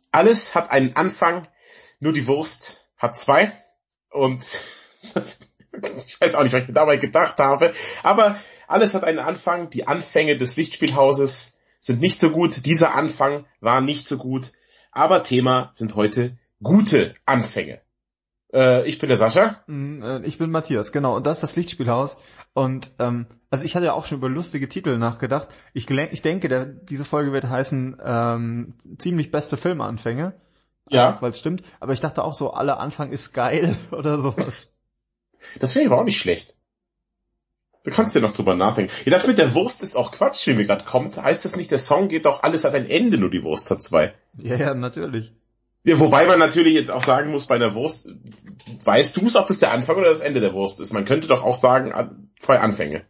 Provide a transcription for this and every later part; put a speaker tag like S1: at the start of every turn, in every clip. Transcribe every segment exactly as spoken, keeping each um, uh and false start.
S1: Alles hat einen Anfang, nur die Wurst hat zwei. Und das, ich weiß auch nicht, was ich mir dabei gedacht habe, aber alles hat einen Anfang. Die Anfänge des Lichtspielhauses sind nicht so gut. Dieser Anfang war nicht so gut. Aber Thema sind heute gute Anfänge. Äh, ich bin der Sascha.
S2: Ich bin Matthias, genau. Und das ist das Lichtspielhaus. Und ähm, also ich hatte ja auch schon über lustige Titel nachgedacht. Ich, ich denke, der, diese Folge wird heißen ähm, ziemlich beste Filmanfänge.
S1: Ja.
S2: Äh, weil es stimmt. Aber ich dachte auch so, aller Anfang ist geil oder sowas.
S1: Das finde ich aber auch nicht schlecht. Du kannst ja noch drüber nachdenken. Ja, das mit der Wurst ist auch Quatsch, wie mir gerade kommt. Heißt das nicht, der Song geht doch, alles hat ein Ende, nur die Wurst hat zwei.
S2: Ja, ja, natürlich.
S1: Ja, wobei man natürlich jetzt auch sagen muss, bei einer Wurst, weißt du es, ob das der Anfang oder das Ende der Wurst ist? Man könnte doch auch sagen, zwei Anfänge.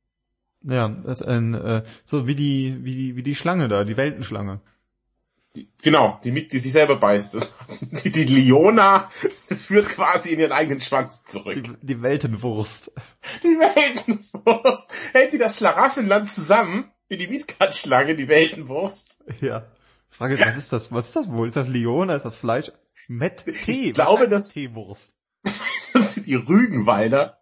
S2: Ja, das ist ein, äh, so wie die, wie die, wie die Schlange da, die Weltenschlange.
S1: Die, genau, die mit, die sich selber beißt. Das, die, die Liona führt quasi in ihren eigenen Schwanz zurück.
S2: Die, die Weltenwurst.
S1: Die Weltenwurst. Hält die das Schlaraffenland zusammen, wie die Midgard-Schlange, die Weltenwurst?
S2: Ja. Frage, was ist das? Was ist das wohl? Ist das Liona? Ist das Fleisch? Met Tee.
S1: Ich glaube, das
S2: Teewurst.
S1: Die Rügenwalder.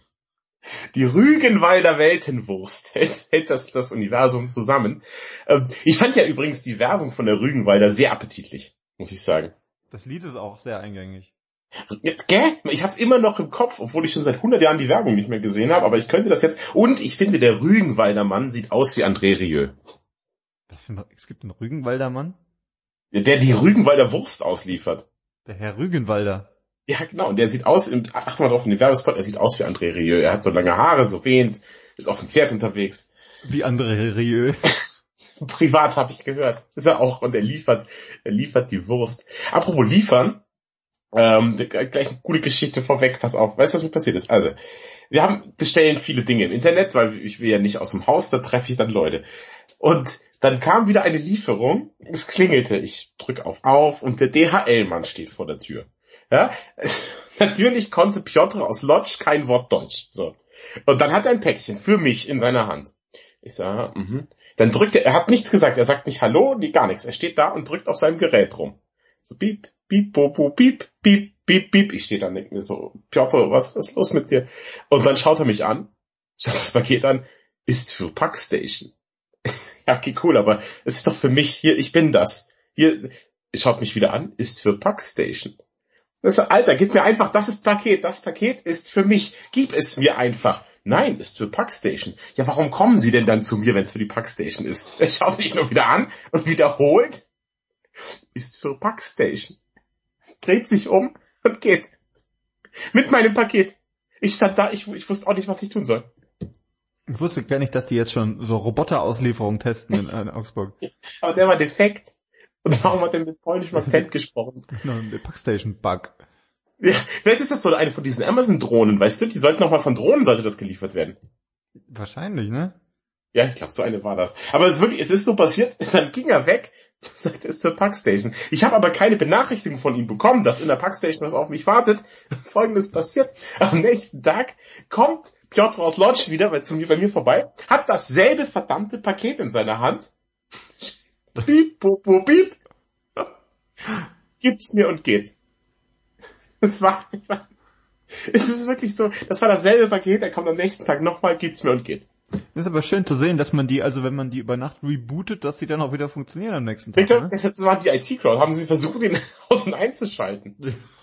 S1: Die Rügenwalder Weltenwurst hält, hält das, das Universum zusammen. Ähm, ich fand ja übrigens die Werbung von der Rügenwalder sehr appetitlich, muss ich sagen.
S2: Das Lied ist auch sehr eingängig.
S1: Ja, gell? Ich hab's immer noch im Kopf, obwohl ich schon seit hundert Jahren die Werbung nicht mehr gesehen habe, aber ich könnte das jetzt. Und ich finde, der Rügenwalder Mann sieht aus wie André Rieu.
S2: Was für ein, es gibt einen Rügenwalder Mann?
S1: Der die Rügenwalder Wurst ausliefert.
S2: Der Herr Rügenwalder.
S1: Ja, genau. Und der sieht aus, acht mal drauf in den Werbespot, er sieht aus wie André Rieu. Er hat so lange Haare, so wehend, ist auf dem Pferd unterwegs.
S2: Wie André Rieu.
S1: Privat habe ich gehört. Ist er auch. Und er liefert, er liefert die Wurst. Apropos liefern, ähm, gleich eine coole Geschichte vorweg, pass auf. Weißt du, was mir passiert ist? Also, wir haben, bestellen viele Dinge im Internet, weil ich will ja nicht aus dem Haus, da treffe ich dann Leute. Und dann kam wieder eine Lieferung, es klingelte, ich drück auf auf und der D H L-Mann steht vor der Tür. Ja, natürlich konnte Piotr aus Lodz kein Wort Deutsch. So. Und dann hat er ein Päckchen für mich in seiner Hand. Ich sage, mhm. Dann drückt er, er hat nichts gesagt, er sagt nicht Hallo, nie gar nichts. Er steht da und drückt auf seinem Gerät rum. So piep, piep, popo, piep, piep, piep, piep. Ich stehe da und denke mir so, Piotr, was, was ist los mit dir? Und dann schaut er mich an, schaut das Paket an, ist für Packstation. Ja, okay, cool, aber es ist doch für mich hier, ich bin das. Hier, schaut mich wieder an, ist für Packstation. Das ist, Alter, gib mir einfach, das ist Paket, das Paket ist für mich, gib es mir einfach. Nein, ist für Packstation. Ja, warum kommen Sie denn dann zu mir, wenn es für die Packstation ist? Er schaut mich nur wieder an und wiederholt, ist für Packstation. Dreht sich um und geht. Mit meinem Paket. Ich stand da, ich, ich wusste auch nicht, was ich tun soll.
S2: Ich wusste gar nicht, dass die jetzt schon so Roboterauslieferungen testen in, in Augsburg.
S1: Aber der war defekt. Und warum hat er mit polnischem Akzent gesprochen?
S2: Genau, der Packstation-Bug.
S1: Ja, vielleicht ist das so eine von diesen Amazon-Drohnen, weißt du? Die sollten nochmal von Drohnen, sollte das geliefert werden.
S2: Wahrscheinlich, ne?
S1: Ja, ich glaube, so eine war das. Aber es ist wirklich, es ist so passiert, dann ging er weg, sagte, es ist für Packstation. Ich habe aber keine Benachrichtigung von ihm bekommen, dass in der Packstation was auf mich wartet. Folgendes passiert. Am nächsten Tag kommt Piotr aus Lodz wieder bei, zu mir, bei mir vorbei, hat dasselbe verdammte Paket in seiner Hand. Piep, popo, piep. Gibt's mir und geht. Es war, es ist wirklich so, das war dasselbe Paket, er kommt am nächsten Tag nochmal, gibt's mir und geht.
S2: Das ist aber schön zu sehen, dass man die, also wenn man die über Nacht rebootet, dass die dann auch wieder funktionieren am nächsten Tag.
S1: Victor,
S2: Ne?
S1: Das war die I T-Crowd, haben sie versucht, ihn aus und einzuschalten.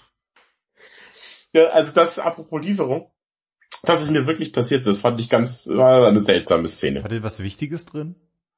S1: Ja, also das, apropos Lieferung, das ist mir wirklich passiert, das fand ich ganz, war eine seltsame Szene.
S2: Hat ihr was Wichtiges drin?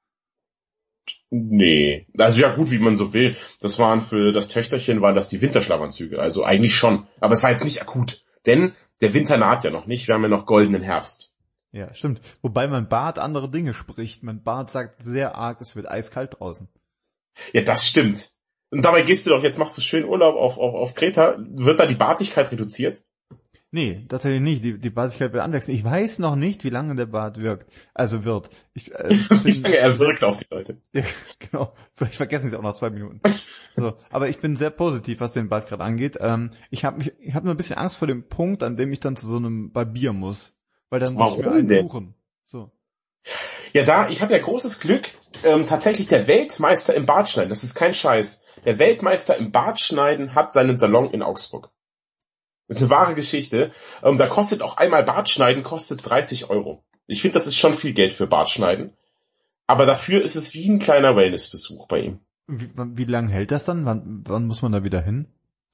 S1: Nee, also ja gut, wie man so will. Das waren für das Töchterchen, waren das die Winterschlafanzüge, also eigentlich schon. Aber es war jetzt nicht akut, denn der Winter naht ja noch nicht, wir haben ja noch goldenen Herbst.
S2: Ja, stimmt. Wobei mein Bart andere Dinge spricht. Mein Bart sagt sehr arg, es wird eiskalt draußen.
S1: Ja, das stimmt. Und dabei gehst du doch, jetzt machst du schön Urlaub auf, auf, auf Kreta, wird da die Bartigkeit reduziert?
S2: Nee, tatsächlich nicht. Die, die Bartigkeit wird anwachsen. Ich weiß noch nicht, wie lange der Bart wirkt. Also wird. Ich, äh,
S1: wie lange er wirkt auf die Leute.
S2: Ja, genau. Vielleicht vergessen sie es auch nach zwei Minuten. So, aber ich bin sehr positiv, was den Bart gerade angeht. Ähm, ich habe mich, ich habe nur ein bisschen Angst vor dem Punkt, an dem ich dann zu so einem Barbier muss, weil dann muss
S1: Warum
S2: ich mir einen
S1: denn?
S2: suchen. So.
S1: Ja, da, ich habe ja großes Glück, ähm, tatsächlich der Weltmeister im Bartschneiden, das ist kein Scheiß. der Weltmeister im Bartschneiden hat seinen Salon in Augsburg. Das ist eine wahre Geschichte. Ähm, da kostet auch einmal Bartschneiden, kostet dreißig Euro. Ich finde, das ist schon viel Geld für Bartschneiden. Aber dafür ist es wie ein kleiner Wellnessbesuch bei ihm.
S2: Wie, wie lange hält das dann? Wann, wann muss man da wieder hin?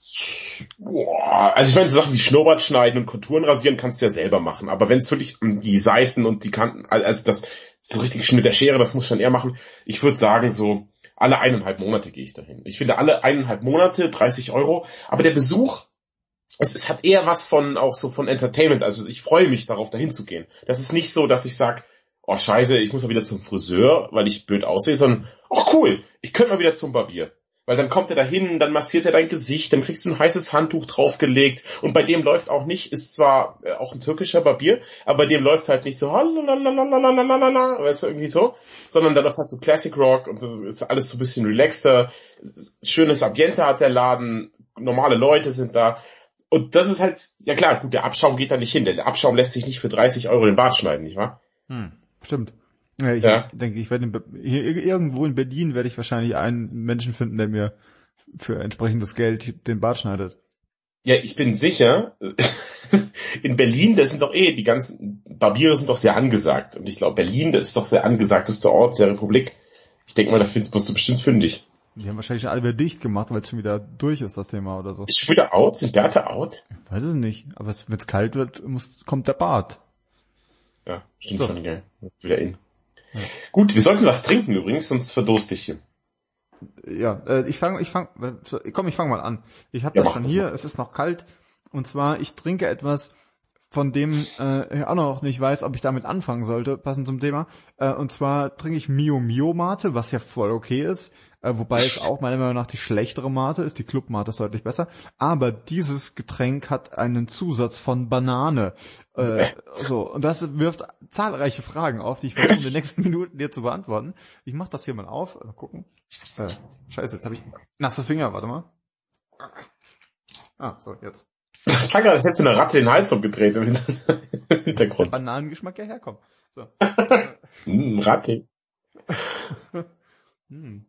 S1: Boah, also ich meine, so Sachen wie Schnurrbart schneiden und Konturen rasieren kannst du ja selber machen. Aber wenn es wirklich um die Seiten und die Kanten, also das, so richtig Schnitt der Schere, das muss schon er machen. Ich würde sagen, so alle eineinhalb Monate gehe ich dahin. Ich finde alle eineinhalb Monate dreißig Euro. Aber der Besuch, es, es hat eher was von, auch so von Entertainment. Also ich freue mich darauf, dahin zu gehen. Das ist nicht so, dass ich sage, oh scheiße, ich muss mal wieder zum Friseur, weil ich blöd aussehe, sondern, oh cool, ich könnte mal wieder zum Barbier. Weil dann kommt er da hin, dann massiert er dein Gesicht, dann kriegst du ein heißes Handtuch draufgelegt und bei dem läuft auch nicht, ist zwar äh, auch ein türkischer Barbier, aber bei dem läuft halt nicht so, weißt du, irgendwie so, sondern da läuft halt so Classic Rock und das ist alles so ein bisschen relaxter, schönes Ambiente hat der Laden, normale Leute sind da und das ist halt, ja klar, gut, der Abschaum geht da nicht hin, denn der Abschaum lässt sich nicht für dreißig Euro den Bart schneiden, nicht wahr?
S2: Hm, stimmt. Ja, ich
S1: Ja.
S2: denke, ich werde in Be- hier irgendwo in Berlin werde ich wahrscheinlich einen Menschen finden, der mir für entsprechendes Geld den Bart schneidet.
S1: Ja, ich bin sicher, in Berlin, das sind doch eh, die ganzen Barbiere sind doch sehr angesagt. Und ich glaube, Berlin, das ist doch der angesagteste Ort der Republik. Ich denke mal, da findest, wirst du bestimmt fündig.
S2: Die haben wahrscheinlich schon alle wieder dicht gemacht, weil es schon wieder durch ist, das Thema oder so.
S1: Ist schon wieder out? Sind Bärte out?
S2: Ich weiß es nicht, aber wenn es kalt wird, muss, kommt der Bart.
S1: Ja, stimmt
S2: So.
S1: schon, gell. Wieder in. Ja. Gut, wir sollten was trinken übrigens, sonst verdurste ich hier.
S2: Ja, äh, ich fange, ich fange, komm, ich fange mal an. Ich habe
S1: Ja,
S2: das
S1: mach
S2: schon
S1: das
S2: hier,
S1: mal.
S2: es ist noch kalt. Und zwar, ich trinke etwas, von dem äh, ich auch noch nicht weiß, ob ich damit anfangen sollte, passend zum Thema. Äh, und zwar trinke ich Mio Mio Mate, was ja voll okay ist. Äh, wobei es auch meiner Meinung nach die schlechtere Mate ist. Die Club Mate ist deutlich besser. Aber dieses Getränk hat einen Zusatz von Banane. Äh, so, und das wirft zahlreiche Fragen auf, die ich versuche in den nächsten Minuten dir zu beantworten. Ich mach das hier mal auf. Mal gucken. Äh, scheiße, jetzt habe ich nasse Finger, warte mal. Ah, so, jetzt.
S1: Das klang gerade, als hättest du eine Ratte den Hals umgedreht im Hintergrund.
S2: Bananengeschmack ja herkommt. So.
S1: Mm, Ratte.
S2: hm.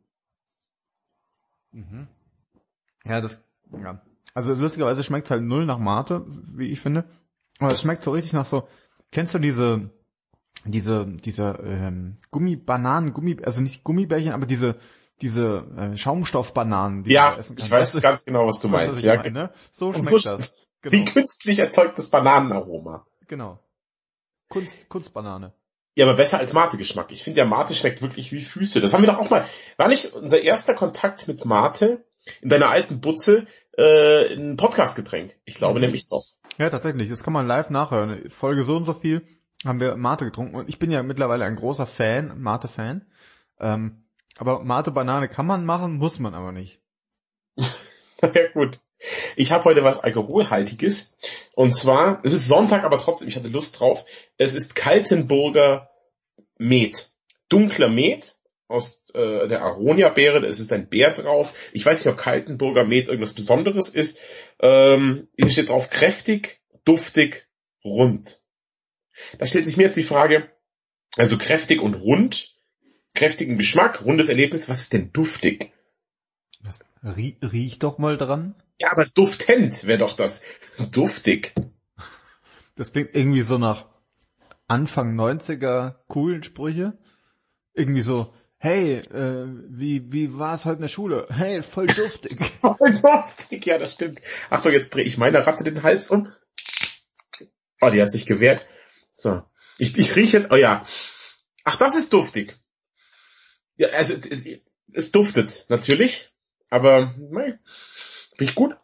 S2: Mhm. Ja, das, ja. Also lustigerweise schmeckt halt null nach Mate, wie ich finde. Aber es schmeckt so richtig nach so, kennst du diese, diese, diese, ähm, Gummibananen, Gummi, also nicht Gummibärchen, aber diese, diese äh, Schaumstoffbananen, die
S1: Ja,
S2: man essen kann.
S1: ich weiß
S2: Weißt du,
S1: ganz genau, was du
S2: weißt
S1: meinst.
S2: was ich
S1: Ja,
S2: meine, ne? So
S1: und
S2: schmeckt
S1: so,
S2: das.
S1: Wie
S2: Genau,
S1: künstlich erzeugtes Bananenaroma.
S2: genau. Kunst, Kunstbanane.
S1: Ja, aber besser als Mate-Geschmack. Ich finde ja, Mate schmeckt wirklich wie Füße. Das haben wir doch auch mal. War nicht unser erster Kontakt mit Mate in deiner alten Butze äh, ein Podcastgetränk? Ich glaube
S2: Mhm.
S1: nämlich doch.
S2: Ja, tatsächlich. Das kann man live nachhören. Folge so und so viel haben wir Mate getrunken. Und ich bin ja mittlerweile ein großer Fan, Mate-Fan. Ähm, aber Mate-Banane kann man machen, muss man aber nicht.
S1: Ja gut. Ich habe heute was Alkoholhaltiges. Und zwar, es ist Sonntag, aber trotzdem, ich hatte Lust drauf. Es ist Kaltenburger Met. Dunkler Met aus äh, der Aronia-Beere. Es ist ein Bär drauf. Ich weiß nicht, ob Kaltenburger Met irgendwas Besonderes ist. Ähm, hier steht drauf kräftig, duftig, rund. Da stellt sich mir jetzt die Frage, also kräftig und rund, kräftigen Geschmack, rundes Erlebnis, was ist denn duftig?
S2: Was, rie, riech doch mal dran.
S1: Ja, aber duftend wäre doch das. Duftig.
S2: Das klingt irgendwie so nach Anfang neunziger coolen Sprüche. Irgendwie so, hey, äh, wie wie war es heute in der Schule? Hey, voll duftig.
S1: Voll duftig, ja, das stimmt. Achtung, jetzt drehe ich meiner Ratte den Hals um. Oh, die hat sich gewehrt. So. Ich, ich rieche jetzt, oh ja. Ach, das ist duftig. Ja, also, es, es duftet, natürlich. Aber, nein. Riecht gut.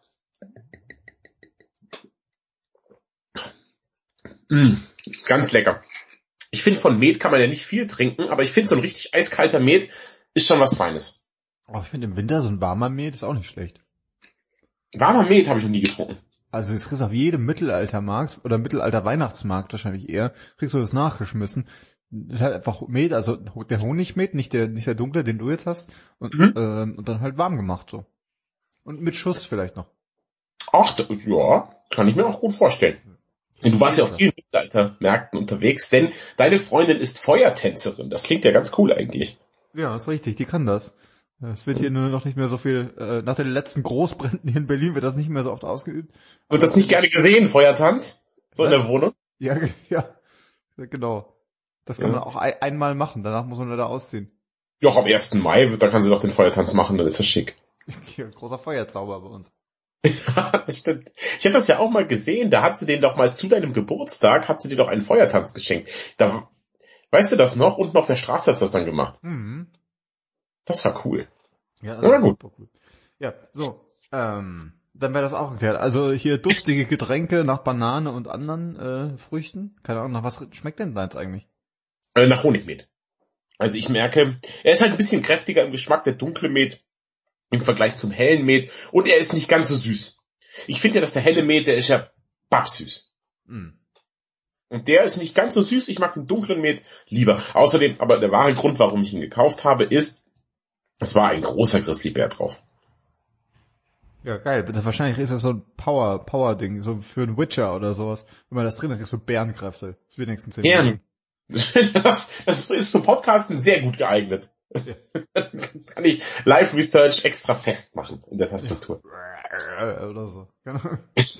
S1: Mm, ganz lecker. Ich finde, von Met kann man ja nicht viel trinken, aber ich finde, so ein richtig eiskalter Met ist schon was Feines.
S2: Oh, ich finde im Winter so ein warmer Met ist auch nicht schlecht.
S1: Warmer Met habe ich noch nie getrunken.
S2: Also das kriegst du auf jedem Mittelaltermarkt oder Mittelalter-Weihnachtsmarkt wahrscheinlich eher, kriegst du das nachgeschmissen. Das ist halt einfach Met, also der Honigmet, nicht der nicht der dunkle, den du jetzt hast, und,
S1: Mhm.
S2: ähm, und dann halt warm gemacht so. Und mit Schuss vielleicht noch.
S1: Ach, das, ja, kann ich mir auch gut vorstellen. Und du warst ja auf vielen Mittelaltermärkten unterwegs, denn deine Freundin ist Feuertänzerin. Das klingt ja ganz cool eigentlich.
S2: Ja, ist richtig, die kann das. Es wird hier nur noch nicht mehr so viel, äh, nach den letzten Großbränden hier in Berlin wird das nicht mehr so oft ausgeübt.
S1: Wird das nicht gerne gesehen, Feuertanz? So in der Wohnung?
S2: Ja, ja, genau. Das kann
S1: Ja.
S2: man auch ein, einmal machen, danach muss man wieder ausziehen.
S1: Ja, auch am ersten Mai, da kann sie doch den Feuertanz machen, dann ist das schick.
S2: Ja, großer Feuerzauber bei uns.
S1: Das stimmt. Ich habe das ja auch mal gesehen, da hat sie den doch mal zu deinem Geburtstag, hat sie dir doch einen Feuertanz geschenkt. Da, weißt du das noch? Unten auf der Straße hat sie das dann gemacht.
S2: Mhm.
S1: Das war cool.
S2: Ja, das
S1: Ja,
S2: ist
S1: gut.
S2: super cool. Ja, so, ähm, dann wäre das auch geklärt. Also hier duftige Getränke nach Banane und anderen äh, Früchten. Keine Ahnung, nach was schmeckt denn deins eigentlich?
S1: Äh, nach Honigmet. Also ich merke, er ist halt ein bisschen kräftiger im Geschmack, der dunkle Met im Vergleich zum hellen Met, und er ist nicht ganz so süß. Ich finde ja, dass der helle Met, der ist ja babsüß.
S2: Mm.
S1: Und der ist nicht ganz so süß, ich mag den dunklen Met lieber. Außerdem, aber der wahre Grund, warum ich ihn gekauft habe, ist, es war ein großer Grizzlybär drauf.
S2: Ja, geil. Wahrscheinlich ist das so ein Power, Power-Ding, so für einen Witcher oder sowas. Wenn man das drin hat, kriegst du Bärenkräfte. Für die nächsten zehn
S1: Bären. Das, das ist zum Podcasten sehr gut geeignet. Ja. Kann ich Live Research extra festmachen in der Tastatur.
S2: Oder so. Genau.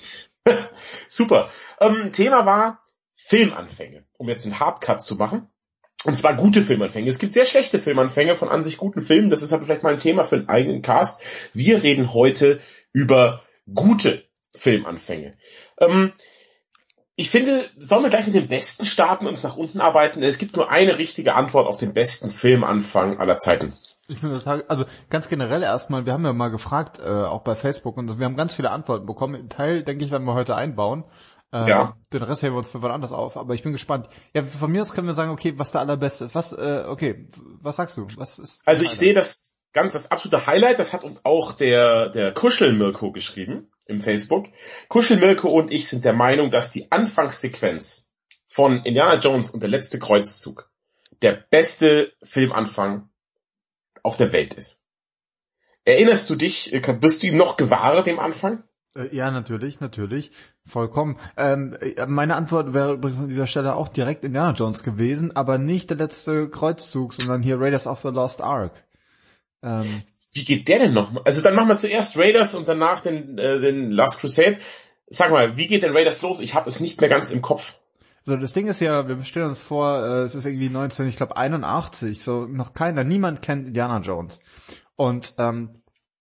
S1: Super. Ähm, Thema war Filmanfänge, um jetzt einen Hardcut zu machen. Und zwar gute Filmanfänge. Es gibt sehr schlechte Filmanfänge von an sich guten Filmen. Das ist aber vielleicht mal ein Thema für einen eigenen Cast. Wir reden heute über gute Filmanfänge. Ähm, ich finde, sollen wir gleich mit dem Besten starten und uns nach unten arbeiten? Es gibt nur eine richtige Antwort auf den besten Filmanfang aller Zeiten.
S2: Ich finde total, also ganz generell erstmal, wir haben ja mal gefragt, äh, auch bei Facebook, und wir haben ganz viele Antworten bekommen. Einen Teil, denke ich, werden wir heute einbauen. Äh,
S1: ja.
S2: Den Rest heben wir uns für was anderes auf, aber ich bin gespannt. Ja, von mir aus können wir sagen, okay, was der allerbeste ist. Was, äh, okay, was sagst du? Was ist?
S1: Also ich sehe das ganz, das absolute Highlight, das hat uns auch der, der Kuschelmirko geschrieben im Facebook. Kuschelmirko und ich sind der Meinung, dass die Anfangssequenz von Indiana Jones und der letzte Kreuzzug der beste Filmanfang auf der Welt ist. Erinnerst du dich, bist du ihm noch gewahrt dem Anfang?
S2: Ja, natürlich, natürlich. Vollkommen. Ähm, meine Antwort wäre übrigens an dieser Stelle auch direkt Indiana Jones gewesen, aber nicht der letzte Kreuzzug, sondern hier Raiders of the Lost Ark. Ähm,
S1: Wie geht der denn noch? Also dann machen wir zuerst Raiders und danach den, äh, den Last Crusade. Sag mal, wie geht denn Raiders los? Ich habe es nicht mehr ganz im Kopf.
S2: So, das Ding ist ja, wir stellen uns vor, äh, es ist irgendwie neunzehn, ich glaube einundachtzig, so noch keiner, niemand kennt Indiana Jones. Und ähm,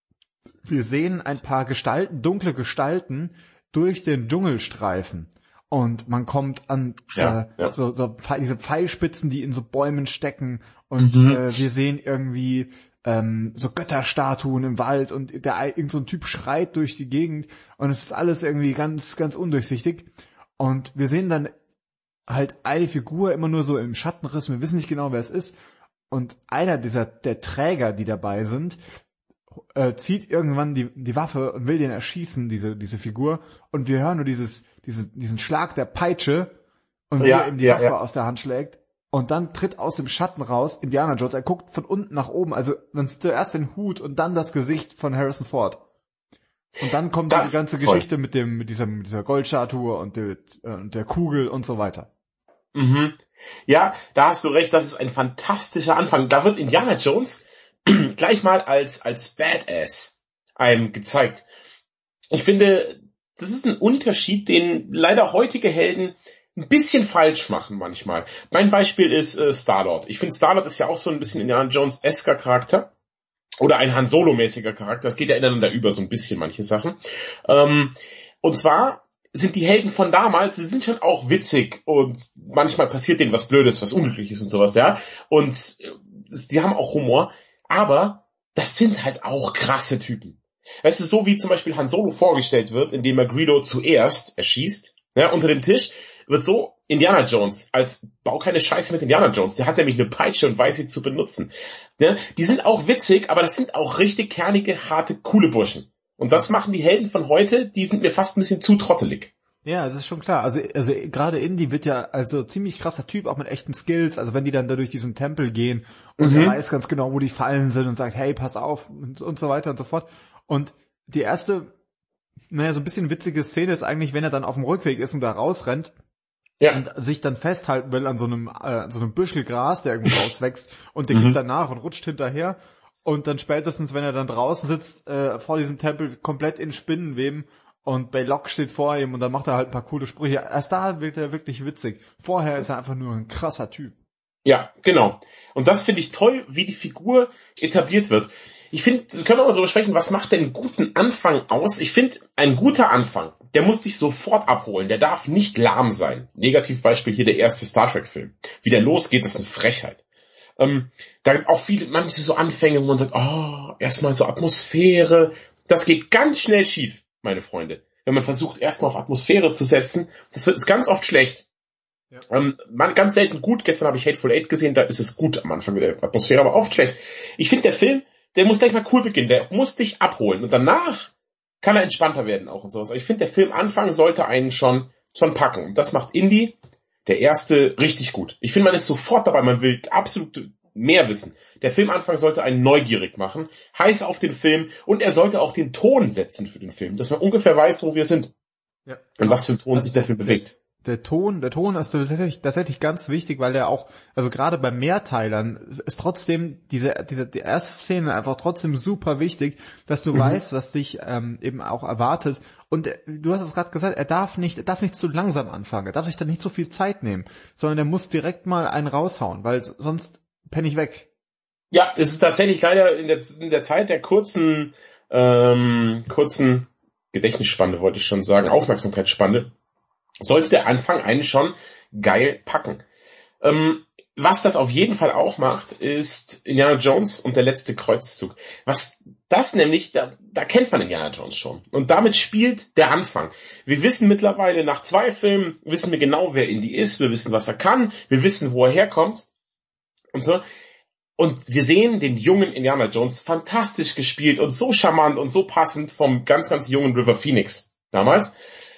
S2: wir sehen ein paar Gestalten, dunkle Gestalten durch den Dschungelstreifen. Und man kommt an
S1: ja,
S2: äh,
S1: ja.
S2: So, so diese Pfeilspitzen, die in so Bäumen stecken. Und
S1: mhm.
S2: äh, wir sehen irgendwie ähm, so Götterstatuen im Wald. Und der irgend so ein Typ schreit durch die Gegend. Und es ist alles irgendwie ganz, ganz undurchsichtig. Und wir sehen dann halt eine Figur immer nur so im Schattenriss. Wir wissen nicht genau, wer es ist. Und einer dieser der Träger, die dabei sind, äh, zieht irgendwann die die Waffe und will den erschießen, diese diese Figur, und wir hören nur dieses diese, diesen Schlag der Peitsche und wie
S1: ja,
S2: er ihm die
S1: ja,
S2: Waffe
S1: ja.
S2: aus der Hand schlägt, und dann tritt aus dem Schatten raus Indiana Jones. Er guckt von unten nach oben, also man sieht zuerst den Hut und dann das Gesicht von Harrison Ford. Und dann kommt
S1: das
S2: diese ganze Geschichte mit dem mit dieser mit dieser Goldstatue und der, äh, der Kugel und so weiter.
S1: Mhm. Ja, da hast du recht, das ist ein fantastischer Anfang. Da wird Indiana Jones gleich mal als als Badass einem gezeigt. Ich finde, das ist ein Unterschied, den leider heutige Helden ein bisschen falsch machen manchmal. Mein Beispiel ist äh, Star-Lord. Ich finde, Star-Lord ist ja auch so ein bisschen Indiana Jones-esker Charakter. Oder ein Han Solo-mäßiger Charakter. Das geht ja ineinander über, so ein bisschen manche Sachen. Ähm, und zwar sind die Helden von damals, sie sind schon auch witzig und manchmal passiert denen was Blödes, was Unglückliches und sowas, ja. Und die haben auch Humor, aber das sind halt auch krasse Typen. Weißt du, so wie zum Beispiel Han Solo vorgestellt wird, indem er Greedo zuerst erschießt, ja, unter dem Tisch, wird so Indiana Jones als bau keine Scheiße mit Indiana Jones. Der hat nämlich eine Peitsche und weiß sie zu benutzen. Ja, die sind auch witzig, aber das sind auch richtig kernige, harte, coole Burschen. Und das machen die Helden von heute, die sind mir fast ein bisschen zu trottelig.
S2: Ja, das ist schon klar. Also, also gerade Indy wird ja also ziemlich krasser Typ, auch mit echten Skills. Also wenn die dann da durch diesen Tempel gehen und
S1: Mhm.
S2: er weiß ganz genau, wo die Fallen sind und sagt, hey, pass auf und, und so weiter und so fort. Und die erste, naja, so ein bisschen witzige Szene ist eigentlich, wenn er dann auf dem Rückweg ist und da rausrennt. Ja. Und sich dann festhalten will an so einem, äh, an so einem Büschel Gras, der irgendwo rauswächst, und der
S1: mhm.
S2: gibt danach und rutscht hinterher. und dann spätestens, wenn er dann draußen sitzt, äh, vor diesem Tempel komplett in Spinnenweben und Baylock steht vor ihm und dann macht er halt ein paar coole Sprüche. Erst da wird er wirklich witzig. Vorher ist er einfach nur ein krasser Typ.
S1: Ja, genau. Und das finde ich toll, wie die Figur etabliert wird. Ich finde, können wir mal drüber sprechen, was macht denn einen guten Anfang aus? Ich finde, ein guter Anfang, der muss dich sofort abholen. Der darf nicht lahm sein. Negativbeispiel hier der erste Star Trek-Film. Wie der losgeht, das ist eine Frechheit. Ähm, da gibt auch viele, manche so Anfänge, wo man sagt, oh, erstmal so Atmosphäre. Das geht ganz schnell schief, meine Freunde. Wenn man versucht, erstmal auf Atmosphäre zu setzen, das wird ist ganz oft schlecht. Ja. Ähm, man, ganz selten gut. Gestern habe ich Hateful Eight gesehen, da ist es gut am Anfang der Atmosphäre, aber oft schlecht. Ich finde, der Film, der muss gleich mal cool beginnen, der muss dich abholen und danach kann er entspannter werden auch und sowas. Aber ich finde, der Film Anfang sollte einen schon schon packen und das macht Indy, der erste, richtig gut. Ich finde, man ist sofort dabei, man will absolut mehr wissen. Der Film Anfang sollte einen neugierig machen, heiß auf den Film und er sollte auch den Ton setzen für den Film, dass man ungefähr weiß, wo wir sind. Ja. Und was für ein Ton also sich der Film bewegt.
S2: Der Ton, der Ton ist tatsächlich, tatsächlich ganz wichtig, weil der auch, also gerade bei Mehrteilern ist trotzdem diese, diese, die erste Szene einfach trotzdem super wichtig, dass du mhm. weißt, was dich ähm, eben auch erwartet. Und äh, du hast es gerade gesagt, er darf nicht, er darf nicht zu langsam anfangen, er darf sich dann nicht so viel Zeit nehmen, sondern er muss direkt mal einen raushauen, weil sonst penne ich weg.
S1: Ja, es ist tatsächlich leider in der, in der Zeit der kurzen, ähm, kurzen Gedächtnisspanne, wollte ich schon sagen, Aufmerksamkeitsspanne, sollte der Anfang einen schon geil packen. Ähm, was das auf jeden Fall auch macht, ist Indiana Jones und der letzte Kreuzzug. Was das nämlich, da, da kennt man Indiana Jones schon. Und damit spielt der Anfang. Wir wissen mittlerweile, nach zwei Filmen, wissen wir genau, wer Indy ist, wir wissen, was er kann, wir wissen, wo er herkommt und so. Und wir sehen den jungen Indiana Jones fantastisch gespielt und so charmant und so passend vom ganz, ganz jungen River Phoenix damals.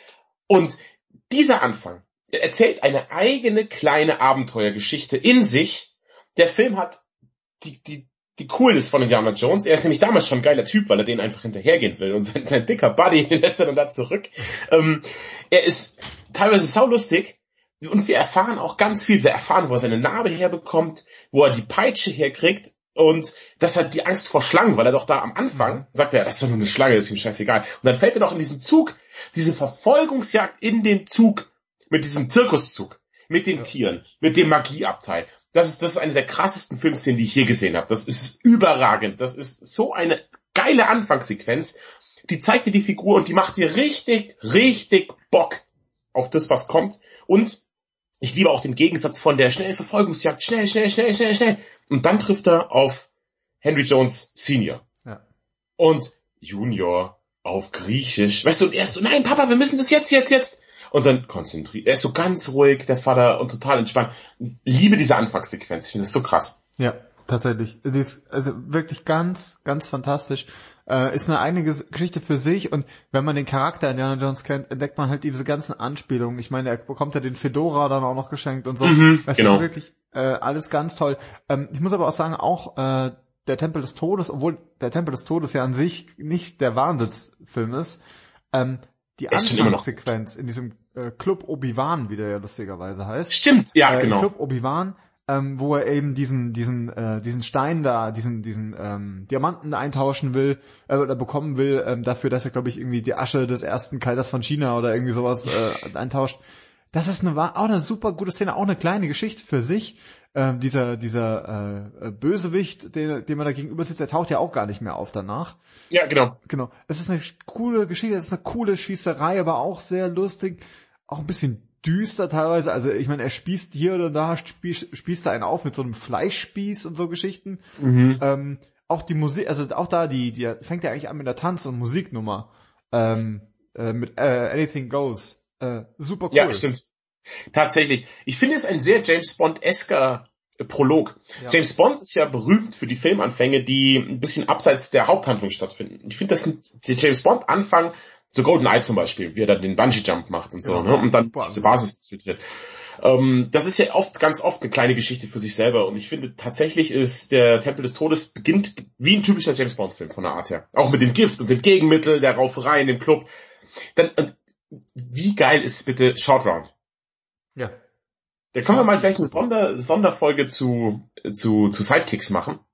S1: Und dieser Anfang erzählt eine eigene kleine Abenteuergeschichte in sich. Der Film hat die, die, die Coolness von Indiana Jones. Er ist nämlich damals schon ein geiler Typ, weil er den einfach hinterhergehen will. Und sein, sein dicker Buddy lässt er dann da zurück. Ähm, er ist teilweise saulustig. Und wir erfahren auch ganz viel. Wir erfahren, wo er seine Narbe herbekommt, wo er die Peitsche herkriegt. Und das hat die Angst vor Schlangen, weil er doch da am Anfang sagt, er, das ist doch nur eine Schlange, das ist ihm scheißegal. Und dann fällt er doch in diesen Zug, diese Verfolgungsjagd in den Zug, mit diesem Zirkuszug, mit den ja. Tieren, mit dem Magieabteil. Das ist, das ist eine der krassesten Filmszenen, die ich je gesehen habe. Das ist überragend. Das ist so eine geile Anfangssequenz. Die zeigt dir die Figur und die macht dir richtig, richtig Bock auf das, was kommt. Und ich liebe auch den Gegensatz von der schnellen Verfolgungsjagd. Schnell, schnell, schnell, schnell, schnell. Und dann trifft er auf Henry Jones Senior. Ja. Und Junior auf Griechisch. Weißt du, und er ist so, nein, Papa, wir müssen das jetzt, jetzt, jetzt. Und dann konzentriert. Er ist so ganz ruhig, der Vater, und total entspannt. Ich liebe diese Anfangssequenz. Ich finde das so krass.
S2: Ja, tatsächlich. Es ist also wirklich ganz, ganz fantastisch. Äh, ist eine eigene Geschichte für sich und wenn man den Charakter Indiana Jones kennt, entdeckt man halt diese ganzen Anspielungen. Ich meine, er bekommt ja den Fedora dann auch noch geschenkt und so.
S1: Mhm,
S2: das
S1: genau.
S2: ist wirklich äh, alles ganz toll. Ähm, ich muss aber auch sagen, auch äh, der Tempel des Todes, obwohl der Tempel des Todes ja an sich nicht der Wahnsinnsfilm ist, ähm, die Anfangssequenz in diesem äh, Club Obi-Wan, wie der ja lustigerweise heißt.
S1: Stimmt, ja,
S2: äh,
S1: genau.
S2: Club Obi-Wan, ähm, wo er eben diesen diesen äh, diesen Stein da, diesen diesen ähm, Diamanten eintauschen will, äh, oder bekommen will, ähm, dafür, dass er, glaube ich, irgendwie die Asche des ersten Kaisers von China oder irgendwie sowas äh, eintauscht. Das ist eine auch eine super gute Szene, auch eine kleine Geschichte für sich. Ähm, dieser dieser äh, Bösewicht, den, den man da gegenüber sitzt, der taucht ja auch gar nicht mehr auf danach.
S1: Ja, genau.
S2: Genau. Es ist eine coole Geschichte, es ist eine coole Schießerei, aber auch sehr lustig, auch ein bisschen düster teilweise. Also ich meine, er spießt hier oder da, spießt, spießt er einen auf mit so einem Fleischspieß und so Geschichten. Mhm. Ähm, auch die Musik, also auch da, die, die fängt ja eigentlich an mit der Tanz- und Musiknummer. Ähm, äh, mit äh, Anything Goes. Äh, super cool.
S1: Ja, stimmt. Tatsächlich. Ich finde es ein sehr James Bond-esker Prolog. Ja. James Bond ist ja berühmt für die Filmanfänge, die ein bisschen abseits der Haupthandlung stattfinden. Ich finde, das sind der James Bond-Anfang, so GoldenEye zum Beispiel, wie er dann den Bungee-Jump macht und so, ja, ne? Und dann super. Diese Basis filtriert. Ähm, das ist ja oft, ganz oft eine kleine Geschichte für sich selber. Und ich finde, tatsächlich ist der Tempel des Todes beginnt wie ein typischer James Bond-Film von der Art her. Auch mit dem Gift und dem Gegenmittel, der Rauferei in dem Club. Dann, und wie geil ist bitte Short Round?
S2: Ja.
S1: Da können wir mal vielleicht eine Sonder, Sonderfolge zu, zu, zu Sidekicks machen.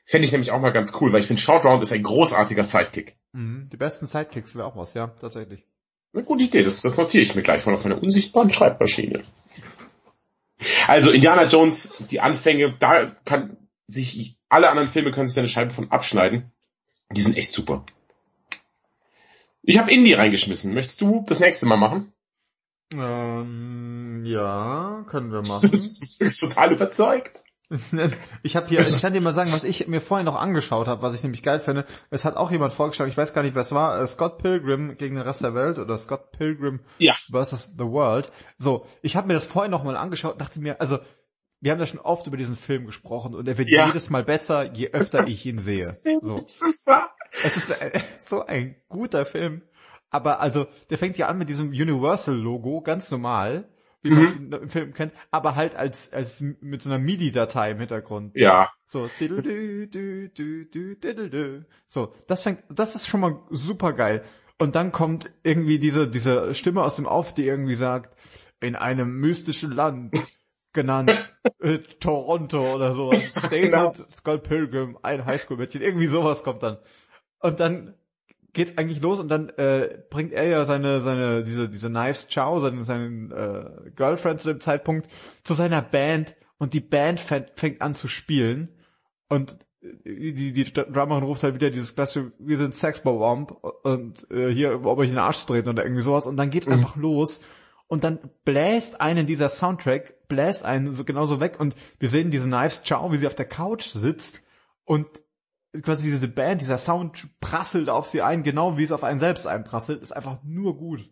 S1: Fände ich nämlich auch mal ganz cool, weil ich finde, Short Round ist ein großartiger Sidekick.
S2: Mhm. Die besten Sidekicks wäre auch was, ja, tatsächlich.
S1: Eine gute Idee, das, das notiere ich mir gleich mal auf meiner unsichtbaren Schreibmaschine. Also Indiana Jones, die Anfänge, da kann sich, alle anderen Filme können sich da eine Scheibe von abschneiden. Die sind echt super. Ich habe Indie reingeschmissen. Möchtest du das nächste Mal machen?
S2: Ähm, ja, können wir machen.
S1: Du bist total überzeugt.
S2: Ich habe hier, ich kann dir mal sagen, was ich mir vorhin noch angeschaut habe, was ich nämlich geil finde. Es hat auch jemand vorgeschlagen, ich weiß gar nicht, wer es war, äh, Scott Pilgrim gegen den Rest der Welt oder Scott Pilgrim
S1: ja.
S2: versus The World. So, ich habe mir das vorhin noch mal angeschaut, dachte mir, also wir haben ja schon oft über diesen Film gesprochen und er wird ja. jedes Mal besser, je öfter ich ihn sehe. So.
S1: Das ist wahr.
S2: Es ist äh, so ein guter Film. Aber also, der fängt ja an mit diesem Universal-Logo, ganz normal, wie man mhm. ihn im Film kennt, aber halt als als mit so einer MIDI-Datei im Hintergrund.
S1: Ja.
S2: So, du, du, du, du, du, du. So, das fängt, das ist schon mal super geil. Und dann kommt irgendwie diese diese Stimme aus dem Off, die irgendwie sagt, in einem mystischen Land genannt äh, Toronto oder sowas. Genau. Scott Pilgrim, ein Highschool-Mädchen, irgendwie sowas kommt dann. Und dann geht's eigentlich los und dann äh, bringt er ja seine seine diese diese Knives Chow, seine seine äh, Girlfriend zu dem Zeitpunkt zu seiner Band und die Band fängt, fängt an zu spielen und die die Drummerin ruft halt wieder dieses klassische, wir sind Sexbomb und äh, hier ob euch in den Arsch treten oder irgendwie sowas und dann geht's mhm. einfach los und dann bläst einen dieser Soundtrack bläst einen so genauso weg und wir sehen diese Knives Chow, wie sie auf der Couch sitzt und quasi diese Band, dieser Sound prasselt auf sie ein, genau wie es auf einen selbst einprasselt, ist einfach nur gut.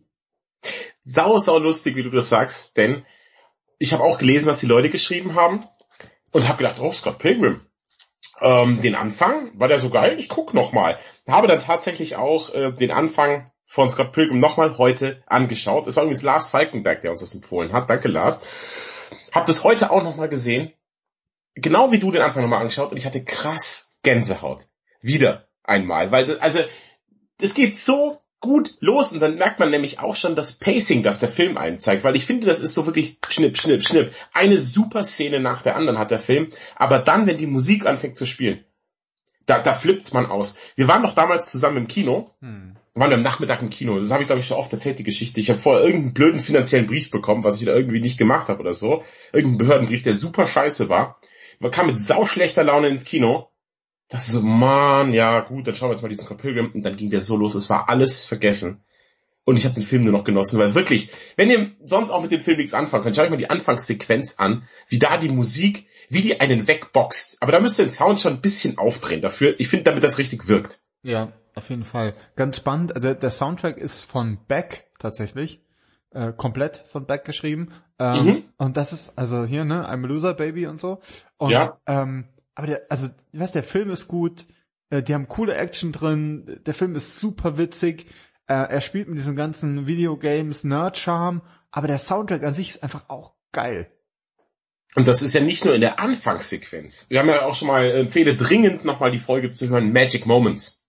S1: Sau, sau lustig, wie du das sagst, denn ich habe auch gelesen, was die Leute geschrieben haben und habe gedacht, oh, Scott Pilgrim. Ähm, den Anfang, war der so geil? Ich guck noch mal. Habe dann tatsächlich auch äh, den Anfang von Scott Pilgrim noch mal heute angeschaut. Es war übrigens Lars Falkenberg, der uns das empfohlen hat. Danke, Lars. Hab das heute auch noch mal gesehen. Genau wie du den Anfang noch mal angeschaut und ich hatte krass Gänsehaut. Wieder einmal. Weil, das, also, es geht so gut los und dann merkt man nämlich auch schon das Pacing, das der Film einen zeigt. Weil ich finde, das ist so wirklich schnipp, schnipp, schnipp. Eine super Szene nach der anderen hat der Film. Aber dann, wenn die Musik anfängt zu spielen, da, da flippt man aus. Wir waren doch damals zusammen im Kino. Hm. Waren wir am Nachmittag im Kino. Das habe ich, glaube ich, schon oft erzählt, die Geschichte. Ich habe vorher irgendeinen blöden finanziellen Brief bekommen, was ich da irgendwie nicht gemacht habe oder so. Irgendeinen Behördenbrief, der super scheiße war. Man kam mit sauschlechter Laune ins Kino. Das ist so, man, ja gut, dann schauen wir jetzt mal diesen Scott Pilgrim. Und dann ging der so los, es war alles vergessen. Und ich habe den Film nur noch genossen, weil wirklich, wenn ihr sonst auch mit dem Film nichts anfangen könnt, schaut euch mal die Anfangssequenz an, wie da die Musik, wie die einen wegboxt. Aber da müsst ihr den Sound schon ein bisschen aufdrehen dafür. Ich finde, damit das richtig wirkt.
S2: Ja, auf jeden Fall. Ganz spannend. Also der Soundtrack ist von Beck tatsächlich. Äh, komplett von Beck geschrieben. Ähm, mhm. Und das ist, also hier, ne, I'm a Loser Baby und so. Und,
S1: ja.
S2: ähm, aber der, also, ich weiß, der Film ist gut, äh, die haben coole Action drin, der Film ist super witzig, äh, er spielt mit diesen ganzen Videogames Nerd-Charme, aber der Soundtrack an sich ist einfach auch geil.
S1: Und das ist ja nicht nur in der Anfangssequenz. Wir haben ja auch schon mal, empfehle dringend nochmal die Folge zu hören, Magic Moments.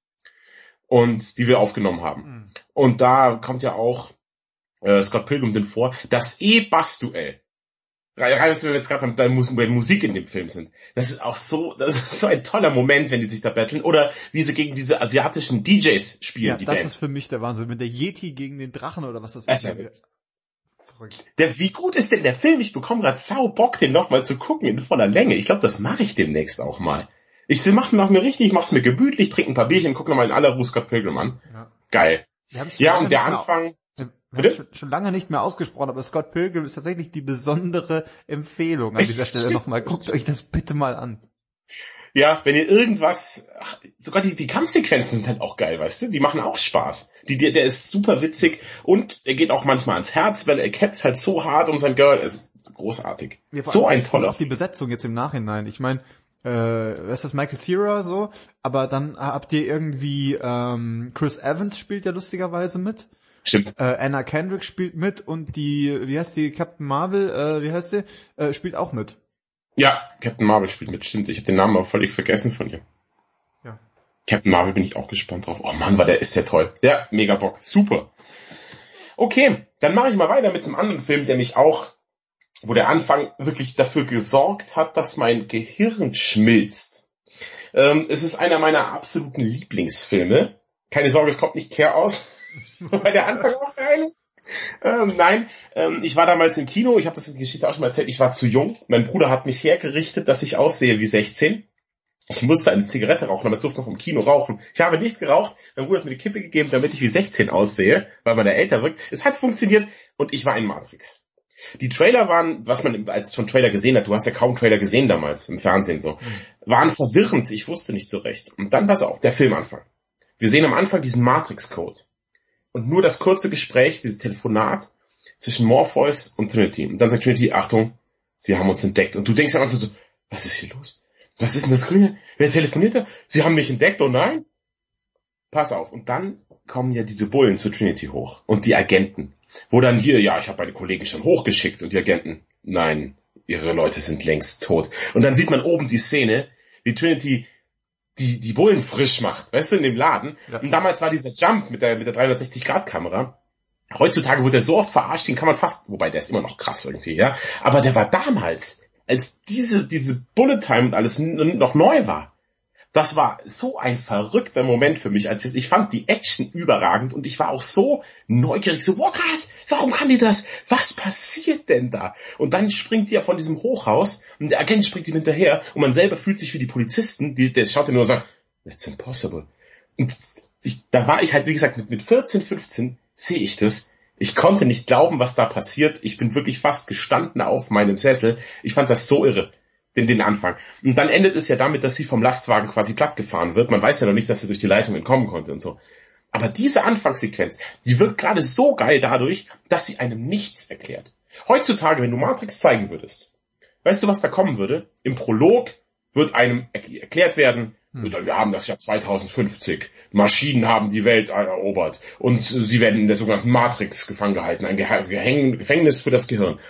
S1: Und, die wir aufgenommen haben. Mhm. Und da kommt ja auch äh, Scott Pilgrim drin vor, das E-Bass-Duell. Rein, dass wir jetzt gerade bei, bei Musik in dem Film sind. Das ist auch so, das ist so ein toller Moment, wenn die sich da battlen. Oder wie sie gegen diese asiatischen D Js spielen, ja, die
S2: das
S1: Band.
S2: Ist für mich der Wahnsinn. Mit der Yeti gegen den Drachen oder was das ist.
S1: Ja, verrückt. Der, wie gut ist denn der Film? Ich bekomme gerade sau Bock, den nochmal zu gucken in voller Länge. Ich glaube, das mache ich demnächst auch mal. Ich mach, mach mir richtig, ich mach's mir gemütlich, trinke ein paar Bierchen, guck nochmal in aller Ruhe Scott Pilgrim an. Ja. Geil. Ja, und der Anfang...
S2: Wir haben schon, schon lange nicht mehr ausgesprochen, aber Scott Pilgrim ist tatsächlich die besondere Empfehlung an dieser Stelle nochmal. Guckt euch das bitte mal an.
S1: Ja, wenn ihr irgendwas, ach, sogar die, die Kampfsequenzen sind halt auch geil, weißt du? Die machen auch Spaß. Die, der, der ist super witzig und er geht auch manchmal ans Herz, weil er kämpft halt so hart um sein Girl. Also, großartig. Ja, so ein toller.
S2: Und auch die Besetzung jetzt im Nachhinein. Ich meine, äh, was ist das, Michael Cera so? Aber dann habt ihr irgendwie, ähm, Chris Evans spielt ja lustigerweise mit.
S1: Stimmt.
S2: Äh, Anna Kendrick spielt mit und die, wie heißt die, Captain Marvel, äh, wie heißt sie, äh, spielt auch mit.
S1: Ja, Captain Marvel spielt mit, stimmt. Ich habe den Namen aber völlig vergessen von ihr. Ja. Captain Marvel bin ich auch gespannt drauf. Oh Mann, war der ist ja toll. Ja, mega Bock. Super. Okay, dann mache ich mal weiter mit einem anderen Film, der mich auch, wo der Anfang wirklich dafür gesorgt hat, dass mein Gehirn schmilzt. Ähm, es ist einer meiner absoluten Lieblingsfilme. Keine Sorge, es kommt nicht Care aus, weil der Anfang auch geil ist. Ähm, nein, ähm, ich war damals im Kino, ich habe das in der Geschichte auch schon mal erzählt, ich war zu jung. Mein Bruder hat mich hergerichtet, dass ich aussehe wie sechzehn. Ich musste eine Zigarette rauchen, aber es durfte noch im Kino rauchen. Ich habe nicht geraucht, mein Bruder hat mir die Kippe gegeben, damit ich wie sechzehn aussehe, weil man da älter wirkt. Es hat funktioniert und ich war in Matrix. Die Trailer waren, was man als schon Trailer gesehen hat, du hast ja kaum Trailer gesehen damals im Fernsehen so, waren verwirrend, ich wusste nicht so recht. Und dann pass auf, der Filmanfang. Wir sehen am Anfang diesen Matrix-Code. Und nur das kurze Gespräch, dieses Telefonat zwischen Morpheus und Trinity. Und dann sagt Trinity, Achtung, sie haben uns entdeckt. Und du denkst am Anfang so, was ist hier los? Was ist denn das Grüne? Wer telefoniert da? Sie haben mich entdeckt, oh nein? Pass auf. Und dann kommen ja diese Bullen zu Trinity hoch. Und die Agenten. Wo dann hier, ja, ich habe meine Kollegen schon hochgeschickt. Und die Agenten, nein, ihre Leute sind längst tot. Und dann sieht man oben die Szene, wie Trinity die die Bullen frisch macht, weißt du, in dem Laden. Ja. Und damals war dieser Jump mit der mit der dreihundertsechzig Grad Kamera. Heutzutage wird er so oft verarscht, den kann man fast, wobei der ist immer noch krass irgendwie, ja. Aber der war damals, als diese diese Bullet Time und alles n- noch neu war. Das war so ein verrückter Moment für mich, als ich, ich fand die Action überragend und ich war auch so neugierig, so, wow, krass, warum kann die das? Was passiert denn da? Und dann springt die ja von diesem Hochhaus und der Agent springt ihm hinterher und man selber fühlt sich wie die Polizisten, die, der schaut ja nur und sagt, that's impossible. Und ich, da war ich halt, wie gesagt, mit, mit vierzehn, fünfzehn sehe ich das. Ich konnte nicht glauben, was da passiert. Ich bin wirklich fast gestanden auf meinem Sessel. Ich fand das so irre. Den, den Anfang. Und dann endet es ja damit, dass sie vom Lastwagen quasi plattgefahren wird. Man weiß ja noch nicht, dass sie durch die Leitung entkommen konnte und so. Aber diese Anfangssequenz, die wird gerade so geil dadurch, dass sie einem nichts erklärt. Heutzutage, wenn du Matrix zeigen würdest, weißt du, was da kommen würde? Im Prolog wird einem er- erklärt werden, hm. wir haben das Jahr zweitausendfünfzig, Maschinen haben die Welt erobert und sie werden in der sogenannten Matrix gefangen gehalten, ein Ge- Gehäng- Gefängnis für das Gehirn.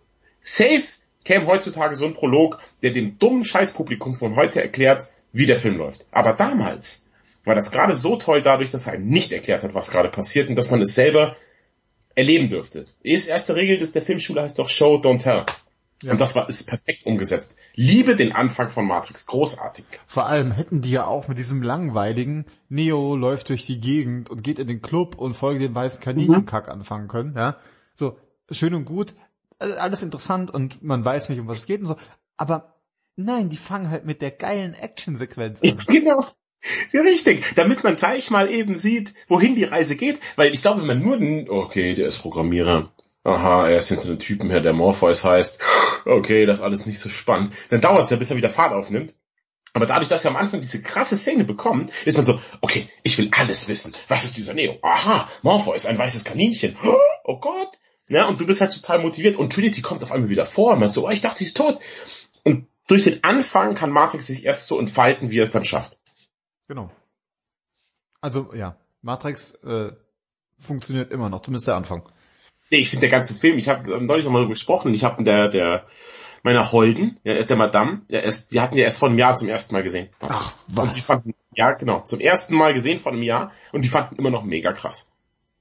S1: Safe käme heutzutage so ein Prolog, der dem dummen Scheißpublikum von heute erklärt, wie der Film läuft. Aber damals war das gerade so toll dadurch, dass er einem nicht erklärt hat, was gerade passiert und dass man es selber erleben dürfte. Die erste Regel des der Filmschule heißt doch Show, don't tell. Ja. Und das war ist perfekt umgesetzt. Liebe den Anfang von Matrix, großartig.
S2: Vor allem hätten die ja auch mit diesem langweiligen Neo läuft durch die Gegend und geht in den Club und folgt dem weißen Kaninchenkack mhm. anfangen können. Ja, so schön und gut. Alles interessant und man weiß nicht, um was es geht und so. Aber nein, die fangen halt mit der geilen Actionsequenz an.
S1: Genau. Ja, richtig. Damit man gleich mal eben sieht, wohin die Reise geht. Weil ich glaube, wenn man nur den, okay, der ist Programmierer. Aha, er ist hinter einem Typen her, der Morpheus heißt. Okay, das ist alles nicht so spannend. Dann dauert es ja, bis er wieder Fahrt aufnimmt. Aber dadurch, dass wir am Anfang diese krasse Szene bekommen, ist man so, okay, ich will alles wissen. Was ist dieser Neo? Aha, Morpheus, ein weißes Kaninchen. Oh Gott. Ja, und du bist halt total motiviert und Trinity kommt auf einmal wieder vor und man ist so, oh, ich dachte, sie ist tot. Und durch den Anfang kann Matrix sich erst so entfalten, wie er es dann schafft.
S2: Genau. Also, ja, Matrix äh, funktioniert immer noch, zumindest der Anfang.
S1: Nee, ich finde der ganze Film, ich habe neulich noch mal darüber gesprochen, ich habe der, der, meiner Holden, ja, der Madame, ja, erst, die hatten ja erst vor einem Jahr zum ersten Mal gesehen.
S2: Ach, was?
S1: Und die fanden, ja, genau, zum ersten Mal gesehen vor einem Jahr und die fanden immer noch mega krass.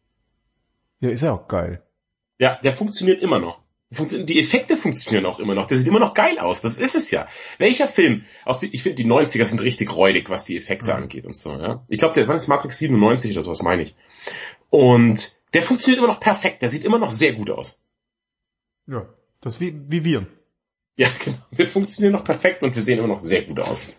S2: Ja, ist ja auch geil.
S1: Ja, der funktioniert immer noch. Die Effekte funktionieren auch immer noch. Der sieht immer noch geil aus. Das ist es ja. Welcher Film aus die, ich finde, die neunziger sind richtig räudig, was die Effekte mhm. angeht und so, ja. Ich glaube, der war das Matrix siebenundneunzig oder sowas, meine ich. Und der funktioniert immer noch perfekt. Der sieht immer noch sehr gut aus.
S2: Ja, das ist wie, wie wir.
S1: Ja, genau. Wir funktionieren noch perfekt und wir sehen immer noch sehr gut aus.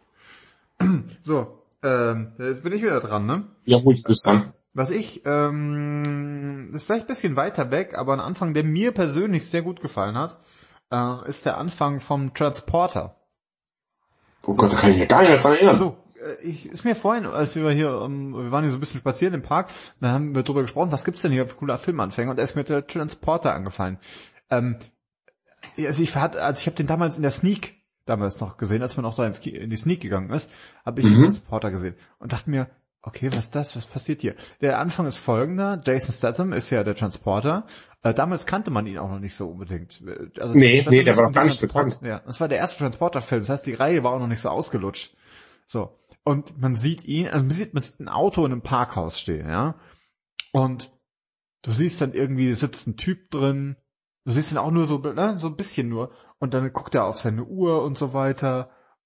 S2: So, ähm, jetzt bin ich wieder dran, ne?
S1: Jawohl, du bist dran.
S2: Was ich, ähm, ist vielleicht ein bisschen weiter weg, aber ein Anfang, der mir persönlich sehr gut gefallen hat, äh, ist der Anfang vom Transporter.
S1: Oh Gott, da kann ich mich gar nicht mehr dran erinnern.
S2: Also, äh, ich, ist mir vorhin, als wir hier, ähm, wir waren hier so ein bisschen spazieren im Park, dann haben wir drüber gesprochen, was gibt's denn hier für coole Filmanfänge, und da ist mir der Transporter angefallen. Ähm, also ich hatte, also ich habe den damals in der Sneak damals noch gesehen, als man auch da ins, in die Sneak gegangen ist, habe ich mhm. den Transporter gesehen und dachte mir, okay, was ist das? Was passiert hier? Der Anfang ist folgender. Jason Statham ist ja der Transporter. Äh, damals kannte man ihn auch noch nicht so unbedingt.
S1: Also, nee, nee, der war noch gar nicht bekannt.
S2: Ja, das war der erste Transporter-Film. Das heißt, die Reihe war auch noch nicht so ausgelutscht. So. Und man sieht ihn, also man sieht, man sieht ein Auto in einem Parkhaus stehen, ja. Und du siehst dann irgendwie, sitzt ein Typ drin. Du siehst ihn auch nur so, ne, so ein bisschen nur. Und dann guckt er auf seine Uhr und so weiter.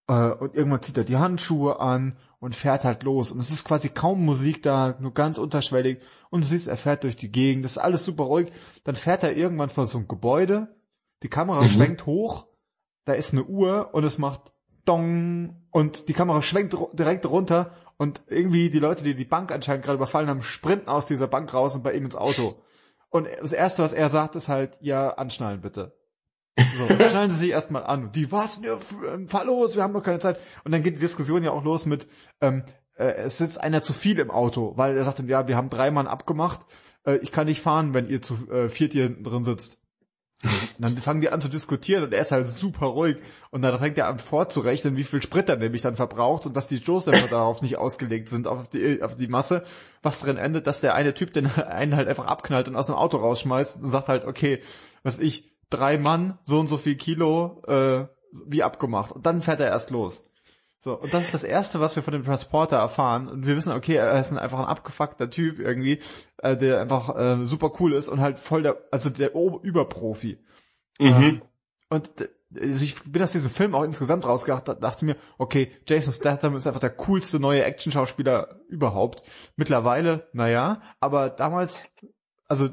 S2: Äh, und irgendwann zieht er die Handschuhe an und fährt halt los. Und es ist quasi kaum Musik da, nur ganz unterschwellig. Und du siehst, er fährt durch die Gegend. Das ist alles super ruhig. Dann fährt er irgendwann vor so ein Gebäude. Die Kamera mhm. schwenkt hoch. Da ist eine Uhr und es macht Dong. Und die Kamera schwenkt ru- direkt runter. Und irgendwie die Leute, die die Bank anscheinend gerade überfallen haben, sprinten aus dieser Bank raus und bei ihm ins Auto. Und das Erste, was er sagt, ist halt, ja, anschnallen bitte. So, schnallen Sie sich erstmal an. Die, was, ne, fahr los, wir haben noch keine Zeit. Und dann geht die Diskussion ja auch los mit, ähm, äh, es sitzt einer zu viel im Auto, weil er sagt dann, ja, wir haben drei Mann abgemacht, äh, ich kann nicht fahren, wenn ihr zu äh, viert hier hinten drin sitzt. Und dann fangen die an zu diskutieren und er ist halt super ruhig. Und dann fängt er an vorzurechnen, wie viel Sprit er nämlich dann verbraucht und dass die Stoßdämpfer darauf nicht ausgelegt sind, auf die, auf die Masse. Was drin endet, dass der eine Typ den einen halt einfach abknallt und aus dem Auto rausschmeißt und sagt halt, okay, was ich, drei Mann, so und so viel Kilo, äh, wie abgemacht. Und dann fährt er erst los. So, und das ist das Erste, was wir von dem Transporter erfahren. Und wir wissen, okay, er ist ein, einfach ein abgefuckter Typ irgendwie, äh, der einfach äh, super cool ist und halt voll der, also der Ober- Überprofi. Mhm. Ähm, und d- also ich bin aus diesem Film auch insgesamt rausgedacht, dachte mir, okay, Jason Statham ist einfach der coolste neue Actionschauspieler überhaupt. Mittlerweile, naja, aber damals, also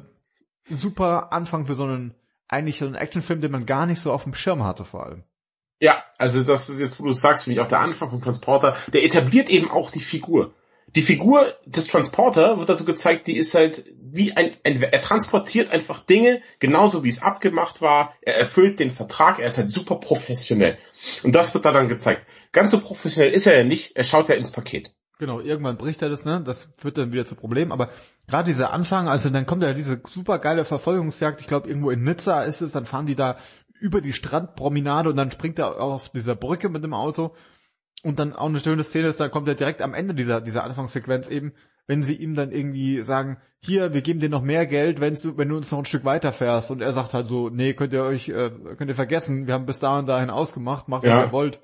S2: super Anfang für so einen eigentlich so ein Actionfilm, den man gar nicht so auf dem Schirm hatte vor allem.
S1: Ja, also das ist jetzt, wo du sagst, finde ich auch der Anfang vom Transporter, der etabliert eben auch die Figur. Die Figur des Transporter wird da so gezeigt, die ist halt wie ein, ein, er transportiert einfach Dinge, genauso wie es abgemacht war, er erfüllt den Vertrag, er ist halt super professionell. Und das wird da dann gezeigt. Ganz so professionell ist er ja nicht, er schaut ja ins Paket.
S2: Genau, irgendwann bricht er das, ne? Das führt dann wieder zu Problemen, aber gerade dieser Anfang, also dann kommt ja diese super geile Verfolgungsjagd, ich glaube irgendwo in Nizza ist es, dann fahren die da über die Strandpromenade und dann springt er auf dieser Brücke mit dem Auto und dann auch eine schöne Szene ist, dann kommt er direkt am Ende dieser dieser Anfangssequenz eben, wenn sie ihm dann irgendwie sagen, hier, wir geben dir noch mehr Geld, wenn du wenn du uns noch ein Stück weiter fährst und er sagt halt so, nee, könnt ihr euch äh, könnt ihr vergessen, wir haben bis dahin dahin ausgemacht, macht was ja. ihr wollt.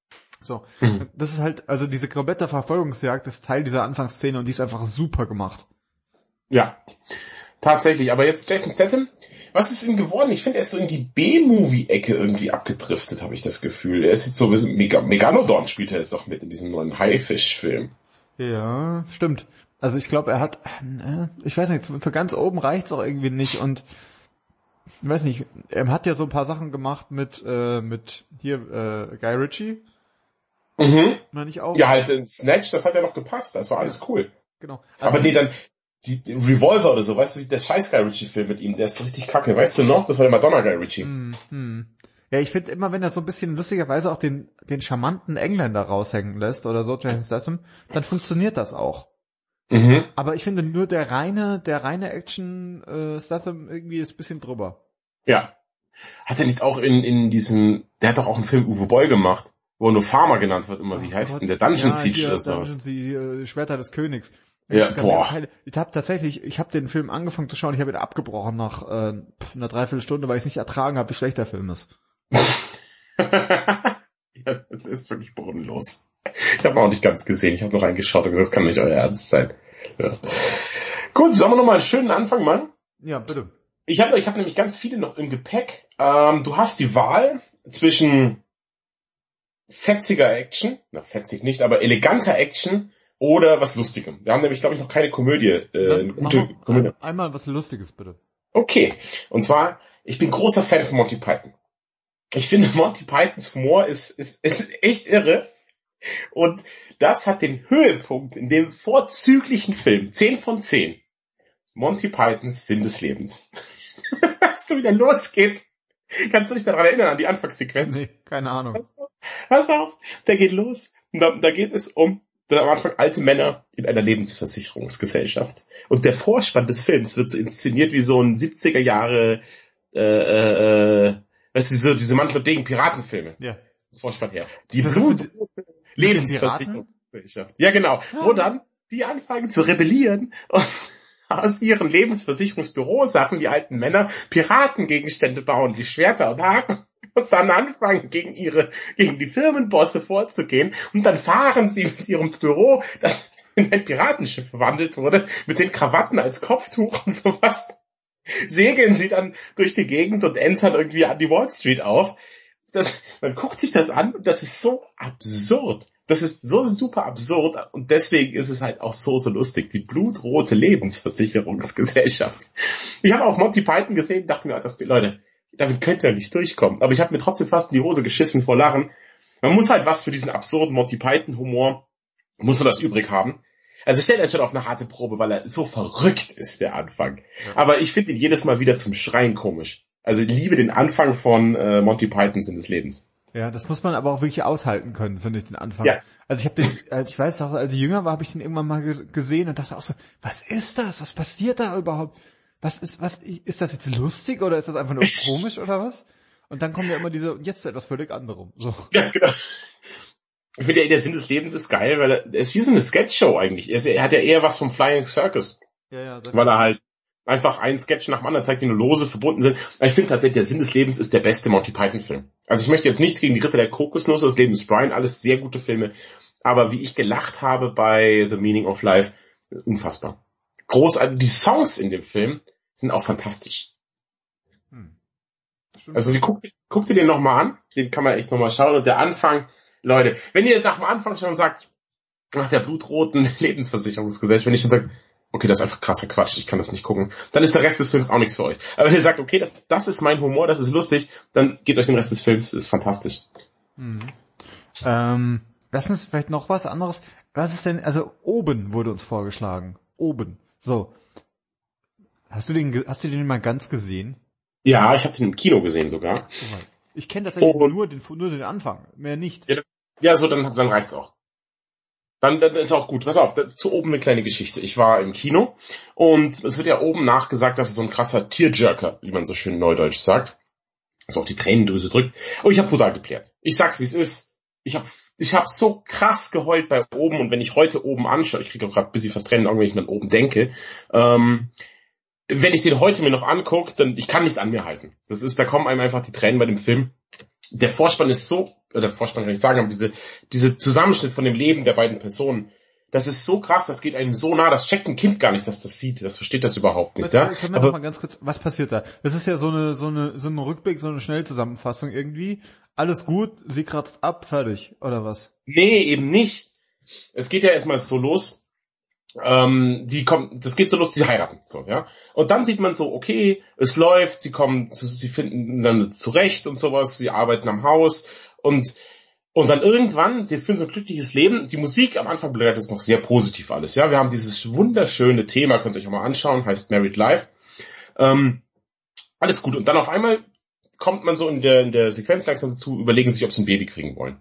S2: So, mhm. Das ist halt, also diese komplette Verfolgungsjagd ist Teil dieser Anfangsszene und die ist einfach super gemacht.
S1: Ja, tatsächlich. Aber jetzt Jason Statham, was ist ihm geworden? Ich finde, er ist so in die B-Movie-Ecke irgendwie abgedriftet, habe ich das Gefühl. Er ist jetzt so, Meg- Megalodon spielt er jetzt doch mit in diesem neuen Haifisch-Film.
S2: Ja, stimmt. Also ich glaube, er hat, äh, ich weiß nicht, für ganz oben reicht's auch irgendwie nicht und ich weiß nicht, er hat ja so ein paar Sachen gemacht mit, äh, mit hier, äh, Guy Ritchie.
S1: Mhm.
S2: Meine ich auch.
S1: Ja, halt in Snatch, das hat ja noch gepasst, das war alles cool.
S2: Genau.
S1: Also aber nee, dann, die, die Revolver oder so, weißt du, der scheiß Guy Ritchie-Film mit ihm, der ist so richtig kacke, weißt du noch? Das war der Madonna Guy Ritchie.
S2: Hm, hm. Ja, ich finde immer, wenn er so ein bisschen lustigerweise auch den, den charmanten Engländer raushängen lässt oder so, Jason Statham, dann funktioniert das auch. Mhm. Aber ich finde nur der reine, der reine Action äh, Statham irgendwie ist ein bisschen drüber.
S1: Ja. Hat er nicht auch in, in diesem, der hat doch auch einen Film Uwe Boll gemacht, wo nur Farmer genannt wird immer, wie oh heißt Gott. denn der? Dungeon ja, Siege oder sowas.
S2: Die äh, Schwerter des Königs.
S1: Ja, boah.
S2: Ich habe tatsächlich, ich habe den Film angefangen zu schauen, ich habe ihn abgebrochen nach äh, einer Dreiviertelstunde, weil ich es nicht ertragen habe, wie schlecht der Film ist.
S1: Ja, das ist wirklich bodenlos. Ich habe auch nicht ganz gesehen, ich habe noch reingeschaut und gesagt, das kann nicht euer Ernst sein. Ja. Gut, sollen wir noch mal einen schönen Anfang machen?
S2: Ja, bitte.
S1: Ich habe ich hab nämlich ganz viele noch im Gepäck. Ähm, du hast die Wahl zwischen fetziger Action, na fetzig nicht, aber eleganter Action oder was Lustigem. Wir haben nämlich, glaube ich, noch keine Komödie. Äh, eine gute Komödie.
S2: Einmal was Lustiges, bitte.
S1: Okay, und zwar, ich bin großer Fan von Monty Python. Ich finde, Monty Pythons Humor ist, ist, ist echt irre. Und das hat den Höhepunkt in dem vorzüglichen Film, zehn von zehn. Monty Pythons Sinn des Lebens. Weißt du, wie der losgeht? Kannst du dich daran erinnern, an die Anfangssequenz?
S2: Nee, keine Ahnung.
S1: Pass auf, pass auf, der geht los. Und da, da geht es um am Anfang alte Männer in einer Lebensversicherungsgesellschaft. Und der Vorspann des Films wird so inszeniert wie so ein siebziger Jahre, äh, äh, weißt du, diese, diese Mantel und Degen Piratenfilme.
S2: Ja.
S1: Vorspann her. Die Blut Lebensversicherungsgesellschaft. Ja, genau. Ah. Wo dann die anfangen zu rebellieren und aus ihren Lebensversicherungsbürosachen die alten Männer Piratengegenstände bauen, wie Schwerter und Haken. Und dann anfangen, gegen ihre, gegen die Firmenbosse vorzugehen. Und dann fahren sie mit ihrem Büro, das in ein Piratenschiff verwandelt wurde, mit den Krawatten als Kopftuch und sowas. Segeln sie dann durch die Gegend und entern irgendwie an die Wall Street auf. das, man guckt sich das an und das ist so absurd. Das ist so super absurd und deswegen ist es halt auch so, so lustig. Die blutrote Lebensversicherungsgesellschaft. Ich habe auch Monty Python gesehen und dachte mir, das, Leute, damit könnt ihr nicht durchkommen. Aber ich habe mir trotzdem fast in die Hose geschissen vor Lachen. Man muss halt was für diesen absurden Monty Python Humor, muss man das übrig haben. Also stellt euch schon auf eine harte Probe, weil er so verrückt ist, der Anfang. Ja. Aber ich finde ihn jedes Mal wieder zum Schreien komisch. Also ich liebe den Anfang von äh, Monty Python Sinn des Lebens.
S2: Ja, das muss man aber auch wirklich aushalten können, finde ich, den Anfang.
S1: Ja.
S2: Also ich habe den, als ich weiß noch, als ich jünger war, habe ich den irgendwann mal ge- gesehen und dachte auch so, was ist das? Was passiert da überhaupt? Was ist, was, ist das jetzt lustig oder ist das einfach nur komisch oder was? Und dann kommen ja immer diese, jetzt zu etwas völlig anderem. So.
S1: Ja, genau. Ich finde ja, der Sinn des Lebens ist geil, weil er, er ist wie so eine Sketchshow eigentlich. Er, ist, er hat ja eher was vom Flying Circus.
S2: Ja, ja.
S1: Weil er halt einfach einen Sketch nach dem anderen zeigt, die nur lose verbunden sind. Aber ich finde tatsächlich, der Sinn des Lebens ist der beste Monty Python-Film. Also ich möchte jetzt nichts gegen die Ritter der Kokosnuss, das Leben des Brian, alles sehr gute Filme. Aber wie ich gelacht habe bei The Meaning of Life, unfassbar. Großartig. Die Songs in dem Film sind auch fantastisch. Hm. Also die guckt, guckt ihr den nochmal an, den kann man echt nochmal schauen. Und der Anfang, Leute, wenn ihr nach dem Anfang schon sagt, nach der blutroten Lebensversicherungsgesellschaft, wenn ich schon sage, okay, das ist einfach krasser Quatsch, ich kann das nicht gucken, dann ist der Rest des Films auch nichts für euch. Aber wenn ihr sagt, okay, das, das ist mein Humor, das ist lustig, dann gebt euch den Rest des Films, das ist fantastisch.
S2: Mhm. Ähm, lass uns vielleicht noch was anderes. Was ist denn, also oben wurde uns vorgeschlagen. Oben. So. Hast du den, hast du den mal ganz gesehen?
S1: Ja, ich habe den im Kino gesehen sogar.
S2: Ich kenne tatsächlich oh. nur den, nur den Anfang, mehr nicht.
S1: Ja, ja so, dann, dann reicht's auch. Dann, dann ist auch gut. Pass auf, da, zu oben eine kleine Geschichte. Ich war im Kino und es wird ja oben nachgesagt, dass es so ein krasser Tearjerker, wie man so schön neudeutsch sagt, also auch die Tränendrüse drückt. Und ich habe brutal geplärt. Ich sag's, wie es ist. Ich habe ich hab so krass geheult bei oben und wenn ich heute oben anschaue, ich kriege auch gerade ein bisschen fast Tränen in den Augen, wenn ich an oben denke, ähm, wenn ich den heute mir noch angucke, dann ich kann nicht an mir halten. Das ist, da kommen einem einfach die Tränen bei dem Film. Der Vorspann ist so, oder Vorspann kann ich sagen, aber diese, diese Zusammenschnitt von dem Leben der beiden Personen, das ist so krass, das geht einem so nah, das checkt ein Kind gar nicht, dass das sieht, das versteht das überhaupt nicht, ja.
S2: Können wir noch mal ganz kurz, was passiert da? Das ist ja so eine, so eine, so ein Rückblick, so eine Schnellzusammenfassung irgendwie. Alles gut, sie kratzt ab, fertig, oder was?
S1: Nee, eben nicht. Es geht ja erstmal so los, ähm, die kommen, das geht so los, sie heiraten, so, ja. Und dann sieht man so, okay, es läuft, sie kommen, sie finden dann zurecht und sowas, sie arbeiten am Haus und, und dann irgendwann, sie führen so ein glückliches Leben. Die Musik am Anfang begleitet es noch sehr positiv alles, ja. Wir haben dieses wunderschöne Thema, könnt ihr euch auch mal anschauen, heißt Married Life. Ähm, alles gut. Und dann auf einmal kommt man so in der, in der Sequenz langsam dazu, überlegen sich, ob sie ein Baby kriegen wollen.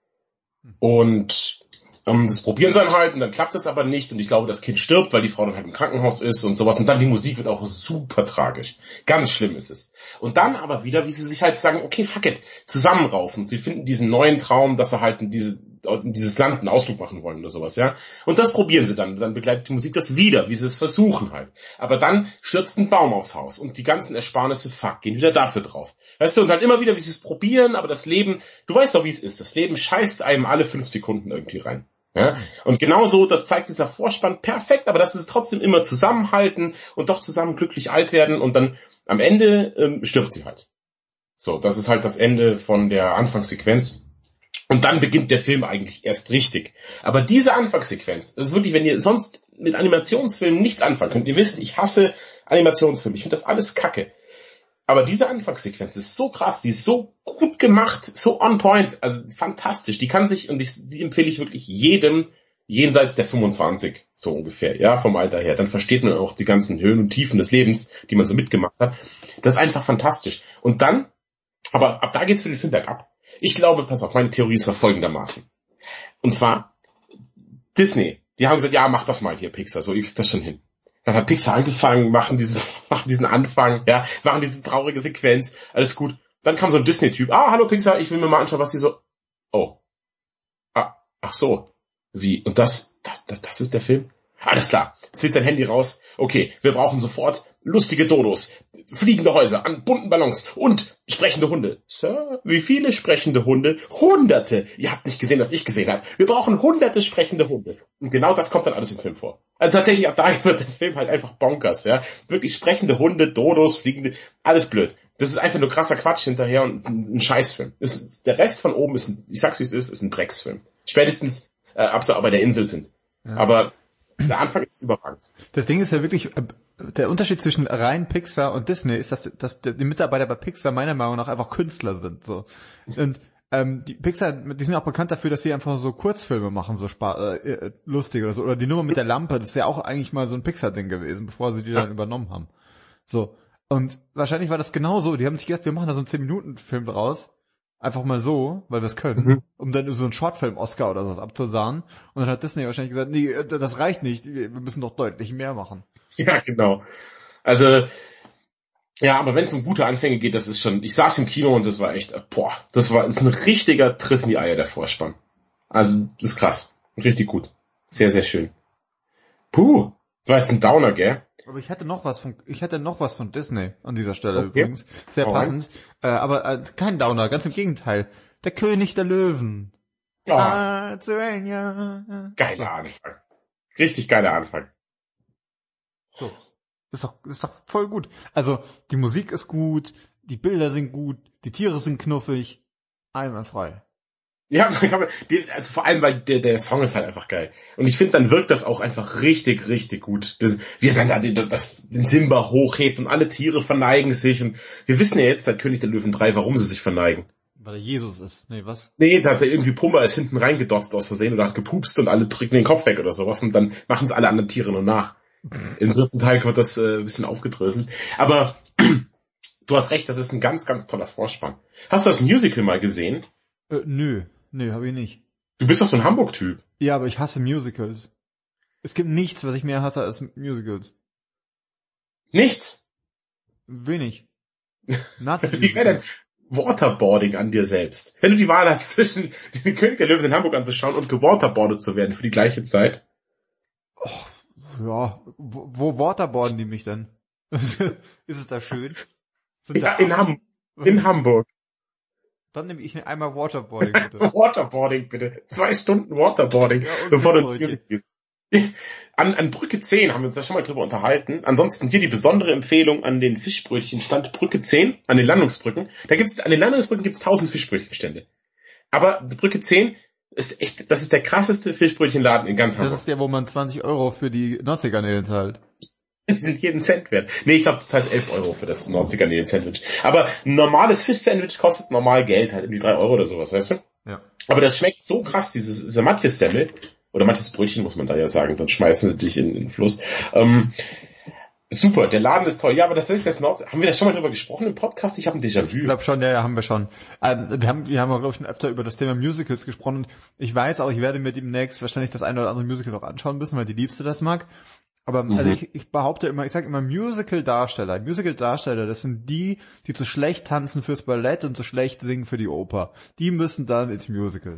S1: Und Um, das probieren sie dann halt und dann klappt es aber nicht und ich glaube, das Kind stirbt, weil die Frau dann halt im Krankenhaus ist und sowas und dann die Musik wird auch super tragisch. Ganz schlimm ist es. Und dann aber wieder, wie sie sich halt sagen, okay, fuck it, zusammenraufen. Sie finden diesen neuen Traum, dass sie halt in, diese, in dieses Land einen Ausflug machen wollen oder sowas, ja. Und das probieren sie dann. Dann begleitet die Musik das wieder, wie sie es versuchen halt. Aber dann stürzt ein Baum aufs Haus und die ganzen Ersparnisse, fuck, gehen wieder dafür drauf. Weißt du, und dann immer wieder, wie sie es probieren, aber das Leben, du weißt doch, wie es ist. Das Leben scheißt einem alle fünf Sekunden irgendwie rein. Ja, und genau so, das zeigt dieser Vorspann perfekt, aber das ist trotzdem immer zusammenhalten und doch zusammen glücklich alt werden und dann am Ende ähm, stirbt sie halt. So, das ist halt das Ende von der Anfangssequenz. Und dann beginnt der Film eigentlich erst richtig. Aber diese Anfangssequenz, das ist wirklich, wenn ihr sonst mit Animationsfilmen nichts anfangen könnt, ihr wisst, ich hasse Animationsfilme, ich finde das alles kacke. Aber diese Anfangssequenz ist so krass, die ist so gut gemacht, so on point, also fantastisch. Die kann sich, und ich, die empfehle ich wirklich jedem jenseits der fünfundzwanzig, so ungefähr, ja, vom Alter her. Dann versteht man auch die ganzen Höhen und Tiefen des Lebens, die man so mitgemacht hat. Das ist einfach fantastisch. Und dann, aber ab da geht's für den Film bergab. Ich glaube, pass auf, meine Theorie ist folgendermaßen. Und zwar, Disney, die haben gesagt, ja, mach das mal hier, Pixar, so, ihr kriegt das schon hin. Dann hat Pixar angefangen, machen diesen, machen diesen Anfang, ja, machen diese traurige Sequenz, alles gut. Dann kam so ein Disney-Typ, ah, hallo Pixar, ich will mir mal anschauen, was sie so, oh, ah, ach so, wie, und das, das, das, das ist der Film? Alles klar, zieht sein Handy raus, okay, wir brauchen sofort lustige Dodos, fliegende Häuser an bunten Ballons und sprechende Hunde. Sir, wie viele sprechende Hunde? Hunderte! Ihr habt nicht gesehen, was ich gesehen habe. Wir brauchen hunderte sprechende Hunde. Und genau das kommt dann alles im Film vor. Also tatsächlich, ab da wird der Film halt einfach bonkers, ja. Wirklich sprechende Hunde, Dodos, fliegende, alles blöd. das ist einfach nur krasser Quatsch hinterher und ein, ein Scheißfilm. Ist, der Rest von oben ist, ein, ich sag's wie es ist, ist ein Drecksfilm. Spätestens, äh, ab sie aber bei der Insel sind. Ja. Aber der Anfang ist überragend.
S2: Das Ding ist ja wirklich, der Unterschied zwischen rein Pixar und Disney ist, dass, dass die Mitarbeiter bei Pixar meiner Meinung nach einfach Künstler sind, so. Und, ähm, die Pixar, die sind auch bekannt dafür, dass sie einfach so Kurzfilme machen, so spa- äh, lustig oder so. Oder die Nummer mit der Lampe, das ist ja auch eigentlich mal so ein Pixar-Ding gewesen, bevor sie die dann übernommen haben. So. Und wahrscheinlich war das genauso. Die haben sich gedacht, wir machen da so einen zehn-Minuten-Film draus. Einfach mal so, weil wir es können, mhm. um dann so einen Shortfilm-Oscar oder sowas abzusahnen. Und dann hat Disney wahrscheinlich gesagt, nee, das reicht nicht, wir müssen doch deutlich mehr machen.
S1: Ja, genau. Also, ja, aber wenn es um gute Anfänge geht, das ist schon, ich saß im Kino und das war echt, boah, das war, das ist ein richtiger Tritt in die Eier, der Vorspann. Also, das ist krass. Richtig gut. Sehr, sehr schön. Puh, das war jetzt ein Downer, gell?
S2: Aber ich hätte noch was von, ich hätte noch was von Disney an dieser Stelle okay. übrigens. Sehr passend. Äh, aber äh, kein Downer, ganz im Gegenteil. Der König der Löwen.
S1: Oh. Ah, geiler Anfang. Richtig geiler Anfang.
S2: So. Ist doch, ist doch voll gut. Also, die Musik ist gut, die Bilder sind gut, die Tiere sind knuffig. Einwandfrei.
S1: Ja, also vor allem, weil der, der Song ist halt einfach geil. Und ich finde, dann wirkt das auch einfach richtig, richtig gut. Das, wie er dann da den, das, den Simba hochhebt und alle Tiere verneigen sich. Und wir wissen ja jetzt seit König der Löwen drei, warum sie sich verneigen.
S2: Weil er Jesus ist. Nee, was?
S1: Nee, da hat er irgendwie Pumba ist hinten reingedotzt aus Versehen oder hat gepupst und alle drücken den Kopf weg oder sowas. Und dann machen es alle anderen Tiere nur nach. Im dritten Teil wird das äh, ein bisschen aufgedröselt. Aber du hast recht, das ist ein ganz, ganz toller Vorspann. Hast du das Musical mal gesehen?
S2: Äh, nö. Nö, hab ich nicht.
S1: Du bist doch so ein Hamburg-Typ.
S2: Ja, aber ich hasse Musicals. Es gibt nichts, was ich mehr hasse als Musicals.
S1: Nichts?
S2: Wenig.
S1: Wie wäre denn Waterboarding an dir selbst? Wenn du die Wahl hast zwischen den König der Löwen in Hamburg anzuschauen und gewaterboardet zu werden für die gleiche Zeit.
S2: Oh, ja, wo, wo waterboarden die mich denn? Ist es da schön?
S1: Sind ja, da in, Ham- in Hamburg.
S2: Dann nehme ich einmal Waterboarding, bitte.
S1: Waterboarding, bitte. Zwei Stunden Waterboarding, ja, bevor du ins Musical gehst. An, an Brücke zehn haben wir uns da schon mal drüber unterhalten. Ansonsten hier die besondere Empfehlung an den Fischbrötchenstand Brücke zehn, an den Landungsbrücken. Da gibt's, an den Landungsbrücken gibt's tausend Fischbrötchenstände. Aber Brücke zehn ist echt, das ist der krasseste Fischbrötchenladen in ganz Hamburg.
S2: Das ist der, wo man zwanzig Euro für die Nordseegarnelen zahlt.
S1: Die sind jeden Cent wert. Nee, ich glaube, du zahlst elf Euro für das Nordseegarnelen-Sandwich. Aber ein normales Fisch-Sandwich kostet normal Geld, halt irgendwie drei Euro oder sowas, weißt du?
S2: Ja. Aber
S1: das schmeckt so krass, dieses, dieser Matjes-Semmel, oder Matjes-Brötchen muss man da ja sagen, sonst schmeißen sie dich in, in den Fluss. Ähm, super, der Laden ist toll. Ja, aber das ist das Nord... Haben wir da schon mal drüber gesprochen im Podcast? Ich habe ein Déjà-vu.
S2: Ich glaube schon, ja, ja, haben wir schon. Ähm, wir haben, wir haben auch, glaube ich, schon öfter über das Thema Musicals gesprochen. Und ich weiß auch, ich werde mir demnächst wahrscheinlich das eine oder andere Musical noch anschauen müssen, weil die Liebste das mag. Aber mhm. also ich, ich behaupte immer, ich sage immer Musical-Darsteller. Musical-Darsteller, das sind die, die zu schlecht tanzen fürs Ballett und zu schlecht singen für die Oper. Die müssen dann ins Musical.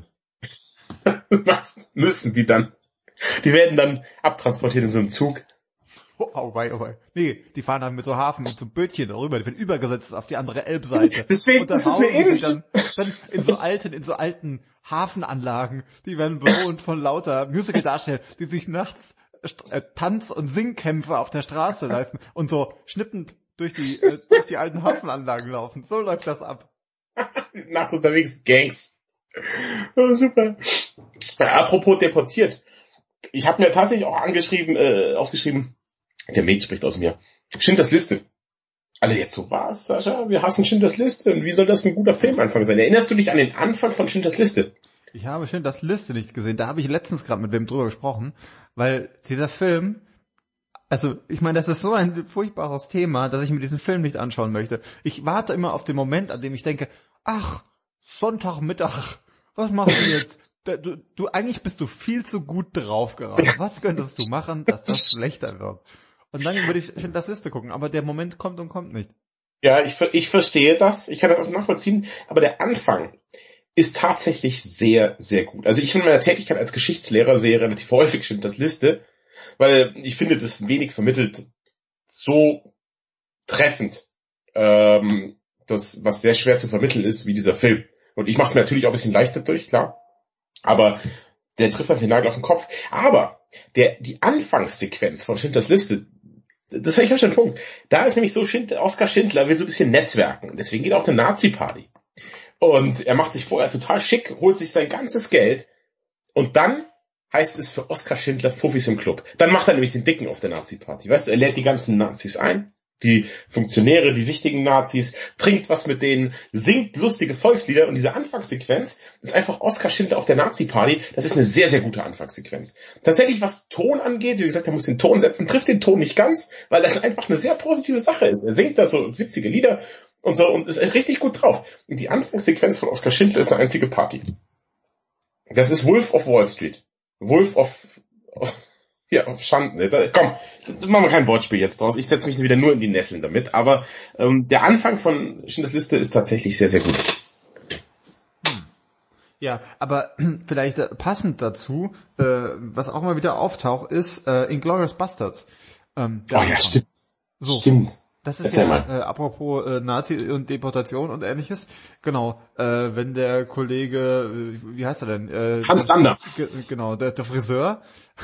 S1: Was müssen die dann? Die werden dann abtransportiert in so einem Zug.
S2: Oh, oh, wei, oh, wei. Nee, die fahren dann mit so Hafen, mit so einem Bötchen darüber, die werden übergesetzt auf die andere Elbseite.
S1: Deswegen,
S2: und dann
S1: das ist eine ähnliche.
S2: Dann, dann in so alten, in so alten Hafenanlagen, die werden bewohnt von lauter Musical-Darstellern, die sich nachts äh, Tanz- und Singkämpfe auf der Straße leisten und so schnippend durch die, äh, durch die alten Hafenanlagen laufen. So läuft das ab.
S1: Nachts unterwegs, Gangs. Oh, super. Ja, apropos deportiert. Ich habe mir tatsächlich auch angeschrieben, äh, aufgeschrieben, der Mädchen spricht aus mir. Schindlers Liste. Alle jetzt so, was, Sascha? Wir hassen Schindlers Liste. Und wie soll das ein guter Filmanfang sein? Erinnerst du dich an den Anfang von Schindlers Liste?
S2: Ich habe Schindlers Liste nicht gesehen. Da habe ich letztens gerade mit wem drüber gesprochen, weil dieser Film, also ich meine, das ist so ein furchtbares Thema, dass ich mir diesen Film nicht anschauen möchte. Ich warte immer auf den Moment, an dem ich denke, ach, Sonntagmittag, was machst du jetzt? Du, du, eigentlich bist du viel zu gut drauf gerade. Was könntest du machen, dass das schlechter wird? Und dann würde ich Schindlers Liste gucken, aber der Moment kommt und kommt nicht.
S1: Ja, ich, ich verstehe das, ich kann das auch nachvollziehen, aber der Anfang ist tatsächlich sehr, sehr gut. Also ich in meiner Tätigkeit als Geschichtslehrer sehe relativ häufig Schindlers Liste, weil ich finde, das wenig vermittelt so treffend, ähm, das, was sehr schwer zu vermitteln ist, wie dieser Film. Und ich mache es mir natürlich auch ein bisschen leichter durch, klar. Aber der trifft auf den Nagel auf den Kopf. Aber der, die Anfangssequenz von Schindlers Liste, Das ist ja schon ein Punkt. Da ist nämlich so, Schindler, Oskar Schindler will so ein bisschen netzwerken. Deswegen geht er auf eine Nazi-Party. Und er macht sich vorher total schick, holt sich sein ganzes Geld. Und dann heißt es für Oskar Schindler Fuffis im Club. Dann macht er nämlich den Dicken auf der Nazi-Party. Weißt du, er lädt die ganzen Nazis ein. Die Funktionäre, die wichtigen Nazis, trinkt was mit denen, singt lustige Volkslieder und diese Anfangssequenz ist einfach Oskar Schindler auf der Nazi-Party. Das ist eine sehr, sehr gute Anfangssequenz. Tatsächlich, was Ton angeht, wie gesagt, er muss den Ton setzen, trifft den Ton nicht ganz, weil das einfach eine sehr positive Sache ist. Er singt da so siebziger Lieder und so und ist richtig gut drauf. Und die Anfangssequenz von Oskar Schindler ist eine einzige Party. Das ist Wolf of Wall Street. Wolf of... of Ja, auf Schanden. Ne? Komm, machen wir kein Wortspiel jetzt draus. Ich setze mich wieder nur in die Nesseln damit. Aber ähm, der Anfang von Schindlers Liste ist tatsächlich sehr, sehr gut.
S2: Hm. Ja, aber vielleicht äh, passend dazu, äh, was auch mal wieder auftaucht, ist äh, Inglourious Basterds. Ähm,
S1: oh ja, stimmt.
S2: So.
S1: Stimmt.
S2: Das ist Erzähl ja, äh, apropos äh, Nazi und Deportation und ähnliches, genau, äh, wenn der Kollege, äh, wie heißt er denn? Äh,
S1: Hans Sander.
S2: G- genau, der, der Friseur,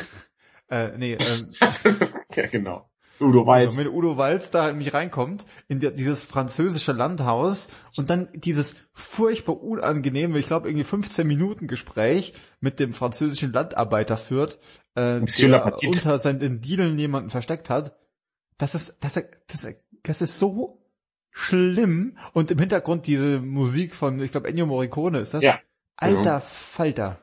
S2: äh, nee, ähm,
S1: ja, genau. Udo Walz.
S2: Wenn Udo Walz da nämlich reinkommt, in der, dieses französische Landhaus und dann dieses furchtbar unangenehme, ich glaube irgendwie fünfzehn Minuten Gespräch mit dem französischen Landarbeiter führt, äh, der unter seinen Diedeln jemanden versteckt hat. Das ist, das, das, das ist so schlimm. Und im Hintergrund diese Musik von, ich glaube, Ennio Morricone ist das.
S1: Ja.
S2: Alter Falter.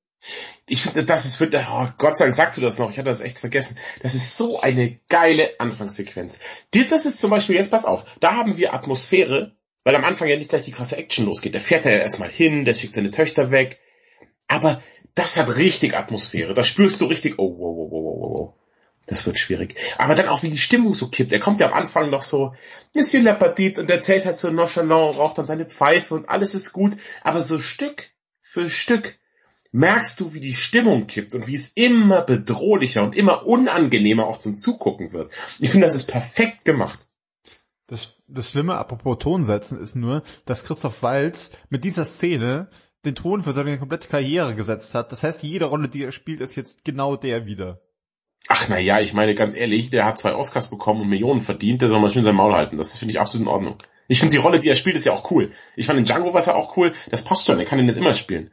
S1: Ich finde, das ist, für, oh Gott sei Dank sagst du das noch, ich hatte das echt vergessen. Das ist so eine geile Anfangssequenz. Das ist zum Beispiel, jetzt pass auf, da haben wir Atmosphäre, weil am Anfang ja nicht gleich die krasse Action losgeht. Der fährt da ja erstmal hin, der schickt seine Töchter weg. Aber das hat richtig Atmosphäre. Da spürst du richtig, oh, wow, wow, wow, wow, wow. Das wird schwierig. Aber dann auch, wie die Stimmung so kippt. Er kommt ja am Anfang noch so, Monsieur Lapadit, und erzählt halt so nonchalant, raucht dann seine Pfeife und alles ist gut. Aber so Stück für Stück merkst du, wie die Stimmung kippt und wie es immer bedrohlicher und immer unangenehmer auch zum Zugucken wird. Ich finde, das ist perfekt gemacht.
S2: Das, das Schlimme, apropos Ton setzen, ist nur, dass Christoph Waltz mit dieser Szene den Ton für seine komplette Karriere gesetzt hat. Das heißt, jede Rolle, die er spielt, ist jetzt genau der wieder.
S1: Ach na ja, ich meine ganz ehrlich, der hat zwei Oscars bekommen und Millionen verdient, der soll mal schön sein Maul halten. Das finde ich absolut in Ordnung. Ich finde die Rolle, die er spielt, ist ja auch cool. Ich fand in Django was ja auch cool. Das passt schon, der kann den jetzt immer spielen.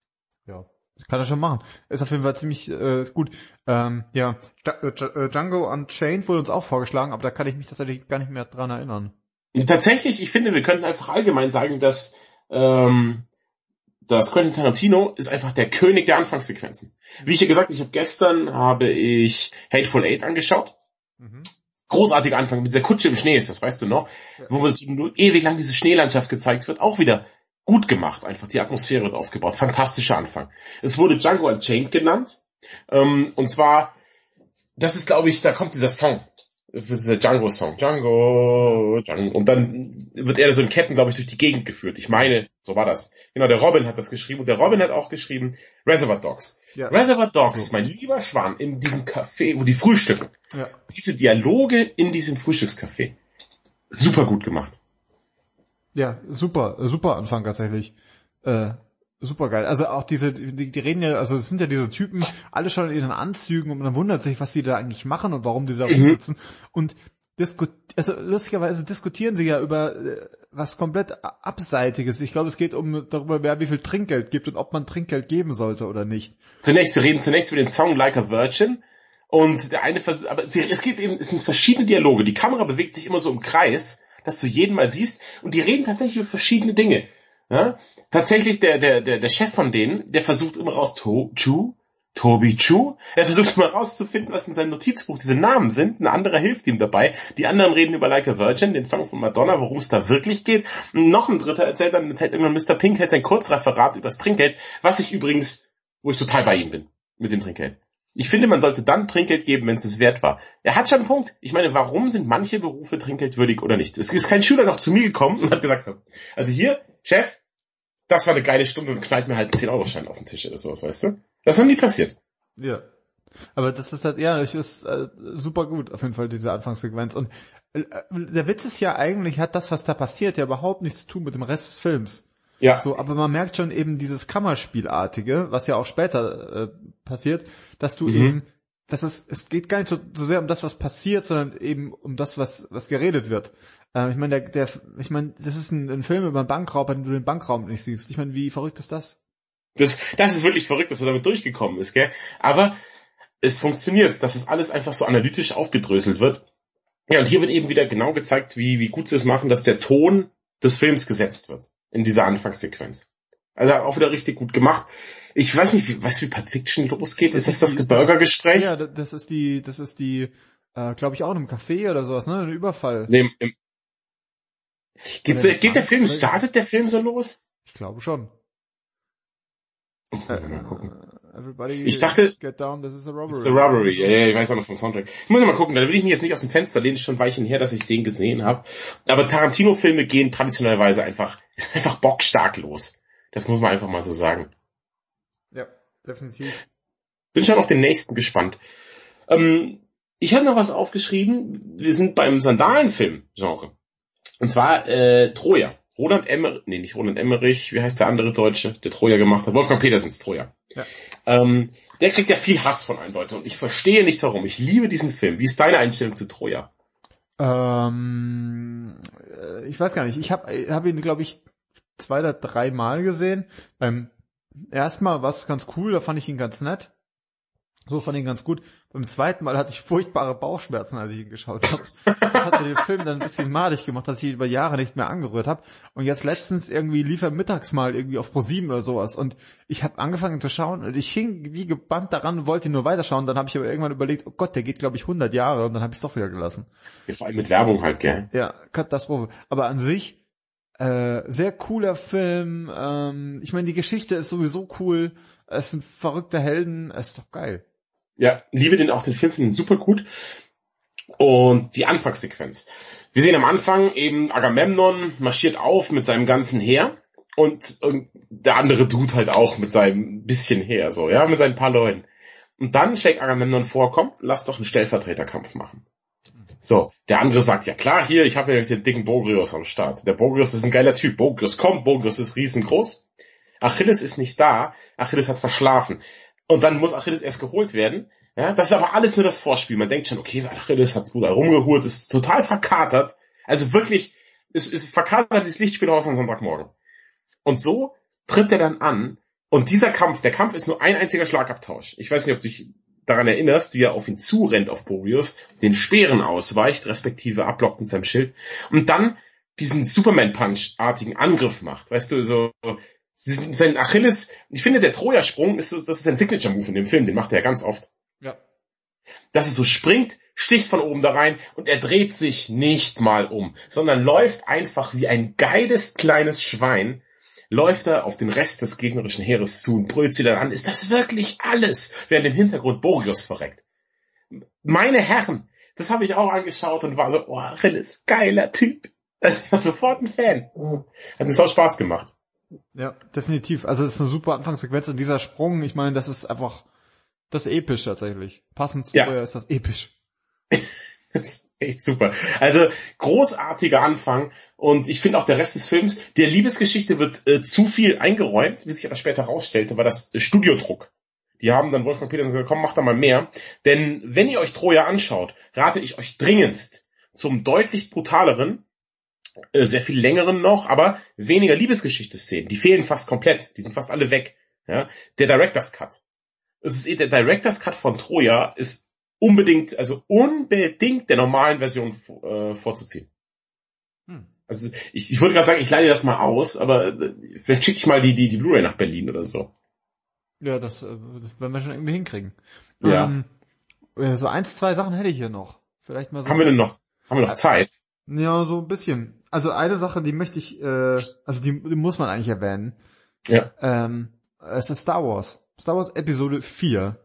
S2: Ja, das kann er schon machen. Ist auf jeden Fall ziemlich äh, gut. Ähm, ja, Django Unchained wurde uns auch vorgeschlagen, aber da kann ich mich tatsächlich gar nicht mehr dran erinnern.
S1: Tatsächlich, ich finde, wir könnten einfach allgemein sagen, dass ähm, das Quentin Tarantino ist einfach der König der Anfangssequenzen. Wie ich ja gesagt, ich habe gestern habe ich Hateful Eight angeschaut. Mhm. Großartiger Anfang mit dieser Kutsche im Schnee ist das, weißt du noch, ja. Wo es nur ewig lang diese Schneelandschaft gezeigt wird, auch wieder gut gemacht, einfach die Atmosphäre wird aufgebaut, fantastischer Anfang. Es wurde Django Unchained genannt, ähm, und zwar, das ist, glaube ich, da kommt dieser Song, dieser Django-Song, Django, Django, und dann wird er so in Ketten, glaube ich, durch die Gegend geführt. Ich meine, so war das. Genau, der Robin hat das geschrieben und der Robin hat auch geschrieben Reservoir Dogs. Ja. Reservoir Dogs so. Ist mein lieber Schwan in diesem Café, wo die frühstücken. Ja. Diese Dialoge in diesem Frühstückscafé. Super gut gemacht.
S2: Ja, super, super Anfang tatsächlich. Äh, super geil. Also auch diese, die, die reden ja, also es sind ja diese Typen, alle schon in ihren Anzügen und man wundert sich, was die da eigentlich machen und warum die da rumsitzen. Mhm. Und disku- also lustigerweise diskutieren sie ja über äh, was komplett Abseitiges. Ich glaube, es geht um darüber, wer wie viel Trinkgeld gibt und ob man Trinkgeld geben sollte oder nicht.
S1: Zunächst, sie reden zunächst über den Song Like a Virgin. Und der eine Vers- aber sie, es geht eben, es sind verschiedene Dialoge. Die Kamera bewegt sich immer so im Kreis, dass du jeden mal siehst. Und die reden tatsächlich über verschiedene Dinge. Ja? Tatsächlich, der, der, der, der Chef von denen, der versucht immer raus, to, Chu, Toby Chu, der versucht immer rauszufinden, was in seinem Notizbuch diese Namen sind. Ein anderer hilft ihm dabei. Die anderen reden über Like a Virgin, den Song von Madonna, worum es da wirklich geht. Und noch ein dritter erzählt dann, erzählt irgendwann Mister Pink, hält sein Kurzreferat über das Trinkgeld, was ich übrigens, wo ich total bei ihm bin, mit dem Trinkgeld. Ich finde, man sollte dann Trinkgeld geben, wenn es es wert war. Er hat schon einen Punkt. Ich meine, warum sind manche Berufe trinkgeldwürdig oder nicht? Es ist kein Schüler noch zu mir gekommen und hat gesagt, also hier, Chef, das war eine geile Stunde und knallt mir halt einen zehn-Euro-Schein auf den Tisch oder sowas, weißt du? Das ist noch nie passiert.
S2: Ja. Aber das ist halt, ja, das ist äh, super gut, auf jeden Fall, diese Anfangssequenz. Und äh, der Witz ist ja eigentlich, hat das, was da passiert, ja überhaupt nichts zu tun mit dem Rest des Films. Ja. So, aber man merkt schon eben dieses Kammerspielartige, was ja auch später äh, passiert, dass du mhm. eben das ist, es geht gar nicht so, so sehr um das, was passiert, sondern eben um das, was, was geredet wird. Äh, ich meine, der, der, ich meine, das ist ein, ein Film über einen Bankraub, bei dem du den Bankraum nicht siehst. Ich meine, wie verrückt ist das?
S1: Das, das ist wirklich verrückt, dass er damit durchgekommen ist, gell? Aber es funktioniert, dass es alles einfach so analytisch aufgedröselt wird. Ja, und hier wird eben wieder genau gezeigt, wie, wie gut sie es machen, dass der Ton des Films gesetzt wird. In dieser Anfangssequenz. Also auch wieder richtig gut gemacht. Ich weiß nicht, wie, weißt du, wie Pulp Fiction losgeht?
S2: Das
S1: ist das
S2: ist
S1: das
S2: die-
S1: Burgergespräch?
S2: Ja, das ist die, das ist die, äh, glaube ich auch in einem Café oder sowas, ne? Ein Überfall.
S1: Nee, im, im, geht, so,
S2: Oder-
S1: geht der Film,
S2: oder-
S1: startet der Film so los?
S2: Ich glaube schon.
S1: Äh, mal gucken.
S2: Everybody
S1: Ich dachte,
S2: get down, this is a robbery.
S1: It's a Robbery, ja, ja, ich weiß auch noch vom Soundtrack. Ich muss mal gucken, da will ich mich jetzt nicht aus dem Fenster lehnen, ist schon ein Weilchen her, dass ich den gesehen habe. Aber Tarantino-Filme gehen traditionellerweise einfach, einfach bockstark los. Das muss man einfach mal so sagen.
S2: Ja, definitiv.
S1: Bin schon auf den nächsten gespannt. Ähm, ich habe noch was aufgeschrieben. Wir sind beim Sandalenfilm-Genre. Und zwar äh, Troja. Roland Emmerich, nee, nicht Roland Emmerich, wie heißt der andere Deutsche, der Troja gemacht hat? Wolfgang Petersens Troja.
S2: Ja.
S1: Ähm, der kriegt ja viel Hass von allen Leuten und ich verstehe nicht warum. Ich liebe diesen Film. Wie ist deine Einstellung zu Troja?
S2: Ähm, äh, ich weiß gar nicht. Ich habe hab ihn, glaube ich, zwei oder drei Mal gesehen. Beim ersten Mal war es ganz cool, da fand ich ihn ganz nett. So fand ich ihn ganz gut. Beim zweiten Mal hatte ich furchtbare Bauchschmerzen, als ich ihn geschaut habe. Das hat mir den Film dann ein bisschen madig gemacht, dass ich ihn über Jahre nicht mehr angerührt habe. Und jetzt letztens irgendwie lief er mittags mal irgendwie auf ProSieben oder sowas. Und ich habe angefangen zu schauen und ich hing wie gebannt daran und wollte ihn nur weiterschauen. Dann habe ich aber irgendwann überlegt, oh Gott, der geht glaube ich hundert Jahre und dann habe ich es doch wieder gelassen.
S1: Ja, vor allem mit Werbung halt, gell?
S2: Ja, Katastrophe. Aber an sich, äh, sehr cooler Film. Ähm, ich meine, die Geschichte ist sowieso cool. Es sind verrückte Helden. Es ist doch geil.
S1: Ja, liebe den auch, den Film, finde ihn super gut. Und die Anfangssequenz. Wir sehen am Anfang eben Agamemnon marschiert auf mit seinem ganzen Heer und, und der andere Dude halt auch mit seinem bisschen Heer, so, ja, mit seinen paar Leuten. Und dann schlägt Agamemnon vor, komm, lass doch einen Stellvertreterkampf machen. So, der andere sagt, ja klar, hier, ich habe ja den dicken Bobrios am Start. Der Bobrios ist ein geiler Typ. Bobrios kommt, Bobrios ist riesengroß. Achilles ist nicht da, Achilles hat verschlafen. Und dann muss Achilles erst geholt werden. Ja, das ist aber alles nur das Vorspiel. Man denkt schon, okay, Achilles hat gut rumgeholt, ist total verkatert. Also wirklich, ist, ist verkatert wie das Lichtspielhaus am Sonntagmorgen. Und so tritt er dann an. Und dieser Kampf, der Kampf ist nur ein einziger Schlagabtausch. Ich weiß nicht, ob du dich daran erinnerst, wie er auf ihn zurennt, auf Boreas, den Speeren ausweicht, respektive abblockt mit seinem Schild. Und dann diesen Superman-Punch-artigen Angriff macht. Weißt du, so... Sein Achilles, ich finde, der Troja-Sprung ist so, das ist ein Signature-Move in dem Film, den macht er ja ganz oft.
S2: Ja.
S1: Dass er so springt, sticht von oben da rein und er dreht sich nicht mal um, sondern läuft einfach wie ein geiles kleines Schwein, läuft er auf den Rest des gegnerischen Heeres zu und brüllt sie dann an, ist das wirklich alles? Während im Hintergrund Boreas verreckt. Meine Herren, das habe ich auch angeschaut und war so, oh, Achilles, geiler Typ. Ich war sofort ein Fan. Hat mir auch Spaß gemacht.
S2: Ja, definitiv. Also es ist eine super Anfangssequenz und dieser Sprung, ich meine, das ist einfach, das ist episch tatsächlich. Passend zu
S1: Ja.
S2: Troja ist das episch.
S1: Das ist echt super. Also großartiger Anfang und ich finde auch der Rest des Films, der Liebesgeschichte wird äh, zu viel eingeräumt, wie sich aber später herausstellte, war das äh, Studiodruck. Die haben dann Wolfgang Petersen gesagt, komm, mach da mal mehr. Denn wenn ihr euch Troja anschaut, rate ich euch dringendst zum deutlich brutaleren, äh, sehr viel längeren noch, aber weniger Liebesgeschichte-Szenen. Die fehlen fast komplett. Die sind fast alle weg. Ja? Der Director's Cut. Es ist eh, der Director's Cut von Troja ist unbedingt, also unbedingt der normalen Version äh, vorzuziehen. Hm. Also ich, ich würde gerade sagen, ich leih dir das mal aus, aber äh, vielleicht schicke ich mal die, die, die Blu-ray nach Berlin oder so.
S2: Ja, das, äh, das werden wir schon irgendwie hinkriegen.
S1: Ja.
S2: Ähm, äh, so eins, zwei Sachen hätte ich hier noch. Vielleicht mal so.
S1: Haben wir denn noch, haben wir noch Zeit?
S2: Ja, so ein bisschen. Also eine Sache, die möchte ich, äh, also die, die muss man eigentlich erwähnen.
S1: Ja.
S2: Ähm, es ist Star Wars. Star Wars Episode vier.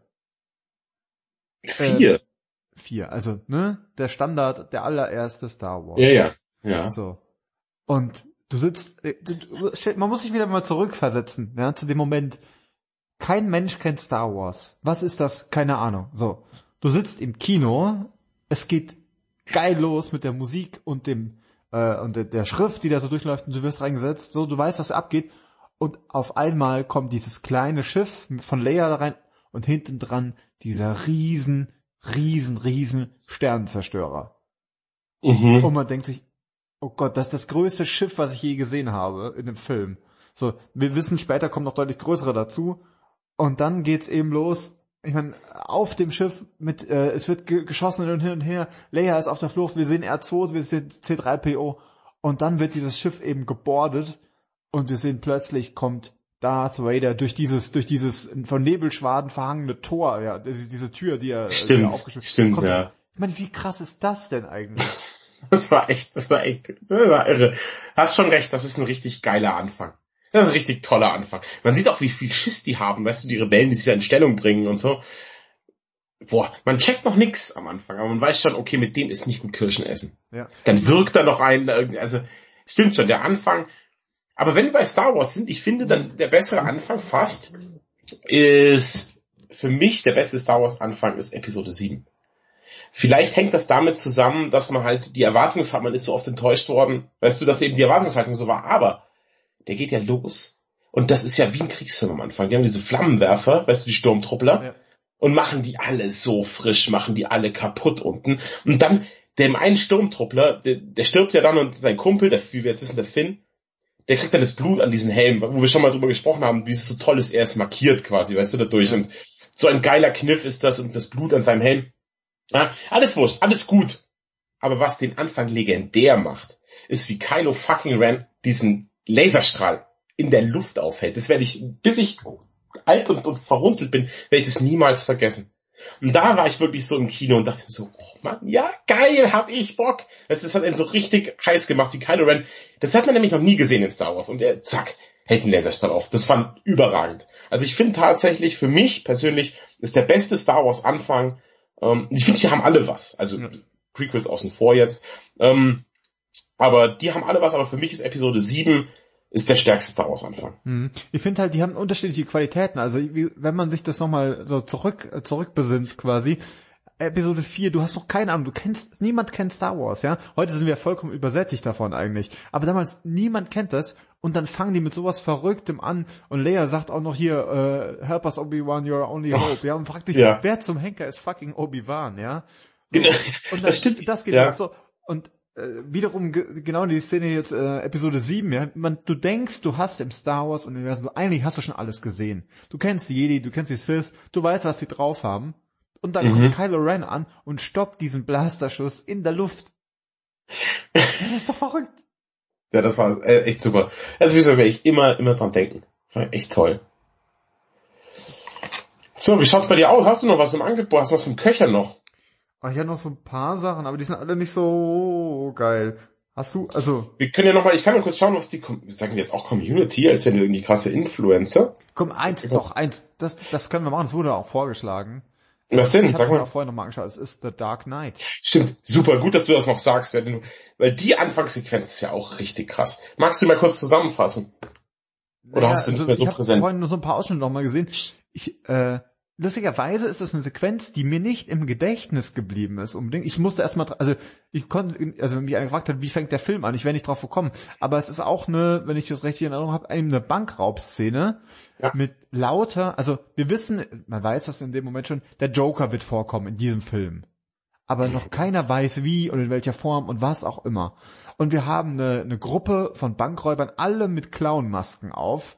S1: Vier?
S2: Äh, vier, also, ne? Der Standard, der allererste Star Wars.
S1: Ja, ja. Ja.
S2: So. Und du sitzt, äh, du, du, man muss sich wieder mal zurückversetzen, ja, zu dem Moment. Kein Mensch kennt Star Wars. Was ist das? Keine Ahnung. So. Du sitzt im Kino, es geht geil los mit der Musik und dem, äh, und der, der Schrift, die da so durchläuft und du wirst reingesetzt, so, du weißt, was abgeht. Und auf einmal kommt dieses kleine Schiff von Leia da rein und hinten dran dieser riesen, riesen, riesen Sternenzerstörer.
S1: Mhm.
S2: Und man denkt sich, oh Gott, das ist das größte Schiff, was ich je gesehen habe in dem Film. So, wir wissen, später kommen noch deutlich größere dazu. Und dann geht's eben los. Ich meine, auf dem Schiff mit, äh, es wird ge- geschossen hin und her. Leia ist auf der Flucht. Wir sehen R zwei, wir sehen C drei P O. Und dann wird dieses Schiff eben gebordet. Und wir sehen plötzlich kommt Darth Vader durch dieses, durch dieses von Nebelschwaden verhangene Tor, ja, diese, diese Tür, die er,
S1: Stimmt,
S2: die er aufgeschlossen
S1: stimmt,
S2: kommt.
S1: ja.
S2: Ich meine, wie krass ist das denn eigentlich?
S1: Das war echt, das war echt, das war irre. Hast schon recht, das ist ein richtig geiler Anfang. Das ist ein richtig toller Anfang. Man sieht auch, wie viel Schiss die haben, weißt du, die Rebellen, die sich da in Stellung bringen und so. Boah, man checkt noch nix am Anfang, aber man weiß schon, okay, mit dem ist nicht gut Kirschen essen.
S2: Ja.
S1: Dann wirkt da noch ein, also, stimmt schon, der Anfang. Aber wenn wir bei Star Wars sind, ich finde dann, der bessere Anfang fast ist, für mich, der beste Star Wars Anfang ist Episode sieben. Vielleicht hängt das damit zusammen, dass man halt die Erwartungshaltung, man ist so oft enttäuscht worden, weißt du, dass eben die Erwartungshaltung so war, aber der geht ja los und das ist ja wie ein Kriegsfilm am Anfang. Die haben diese Flammenwerfer, weißt du, die Sturmtruppler,
S2: Ja.
S1: und machen die alle so frisch, machen die alle kaputt unten. Und dann, dem einen Sturmtruppler, der, der stirbt ja dann und sein Kumpel, der, wie wir jetzt wissen, der Finn, der kriegt dann das Blut an diesen Helm, wo wir schon mal drüber gesprochen haben, wie es so toll ist, er ist markiert quasi, weißt du, dadurch.
S2: Ja.
S1: Und so ein geiler Kniff ist das und das Blut an seinem Helm. Ja, alles wurscht, alles gut. Aber was den Anfang legendär macht, ist, wie Kylo fucking Ren diesen Laserstrahl in der Luft aufhält. Das werde ich, bis ich alt und, und verrunzelt bin, werde ich das niemals vergessen. Und da war ich wirklich so im Kino und dachte mir so, oh Mann, ja, geil, hab ich Bock. Das, das hat einen so richtig heiß gemacht, wie Kylo Ren. Das hat man nämlich noch nie gesehen in Star Wars. Und er, zack, hält den Laserstrahl auf. Das fand überragend. Also ich finde tatsächlich, für mich persönlich, ist der beste Star Wars Anfang. Ähm, ich finde, die haben alle was. Also ja. Prequels außen vor jetzt. Ähm, aber die haben alle was. Aber für mich ist Episode sieben ist der stärkste Star Wars Anfang.
S2: Hm. Ich finde halt, die haben unterschiedliche Qualitäten. Also wie, wenn man sich das nochmal so zurück zurückbesinnt quasi. Episode vier, du hast noch keine Ahnung, du kennst, niemand kennt Star Wars, ja. Heute sind wir vollkommen übersättigt davon eigentlich. Aber damals, niemand kennt das. Und dann fangen die mit sowas Verrücktem an. Und Leia sagt auch noch hier, uh, help us Obi-Wan, you're our only hope. Oh, ja, und fragt dich, ja. wer zum Henker ist fucking Obi-Wan, ja. So,
S1: genau.
S2: Und dann,
S1: das stimmt.
S2: Das geht ja so. Und äh, wiederum, ge- genau die Szene jetzt, äh, Episode sieben, ja. Man, du denkst, du hast im Star Wars-Universum, eigentlich hast du schon alles gesehen. Du kennst die Jedi, du kennst die Sith, du weißt, was sie drauf haben. Und dann mhm. kommt Kylo Ren an und stoppt diesen Blasterschuss in der Luft. Das ist doch verrückt.
S1: Ja, das war äh, echt super. Also wie gesagt, werde ich immer, immer dran denken. War echt toll. So, wie schaut's bei dir aus? Hast du noch was im Angebot? Hast du was im Köcher noch?
S2: Ach, ich habe noch so ein paar Sachen, aber die sind alle nicht so geil. Hast du, also...
S1: Wir können ja noch mal, ich kann mal kurz schauen, was die, sagen wir jetzt auch Community, als wenn du irgendwie krasse Influencer.
S2: Komm, eins, doch, eins, das, das können wir machen, das wurde auch vorgeschlagen.
S1: Was denn?
S2: Ich hab's mir auch vorher nochmal angeschaut, es ist The Dark Knight.
S1: Stimmt, super, gut, dass du das noch sagst, weil die Anfangssequenz ist ja auch richtig krass. Magst du mal kurz zusammenfassen? Oder naja, hast du nicht also mehr so
S2: ich
S1: präsent?
S2: Ich habe vorhin nur so ein paar Ausschnitte nochmal gesehen. Ich, äh, lustigerweise ist das eine Sequenz, die mir nicht im Gedächtnis geblieben ist unbedingt. Ich musste erstmal, also ich konnte, also wenn mich einer gefragt hat, wie fängt der Film an, ich wäre nicht drauf gekommen. Aber es ist auch eine, wenn ich das richtig in Erinnerung habe, eine Bankraubszene ja. mit lauter, also wir wissen, man weiß das in dem Moment schon, der Joker wird vorkommen in diesem Film. Aber noch keiner weiß wie und in welcher Form und was auch immer. Und wir haben eine, eine Gruppe von Bankräubern, alle mit Clownmasken auf.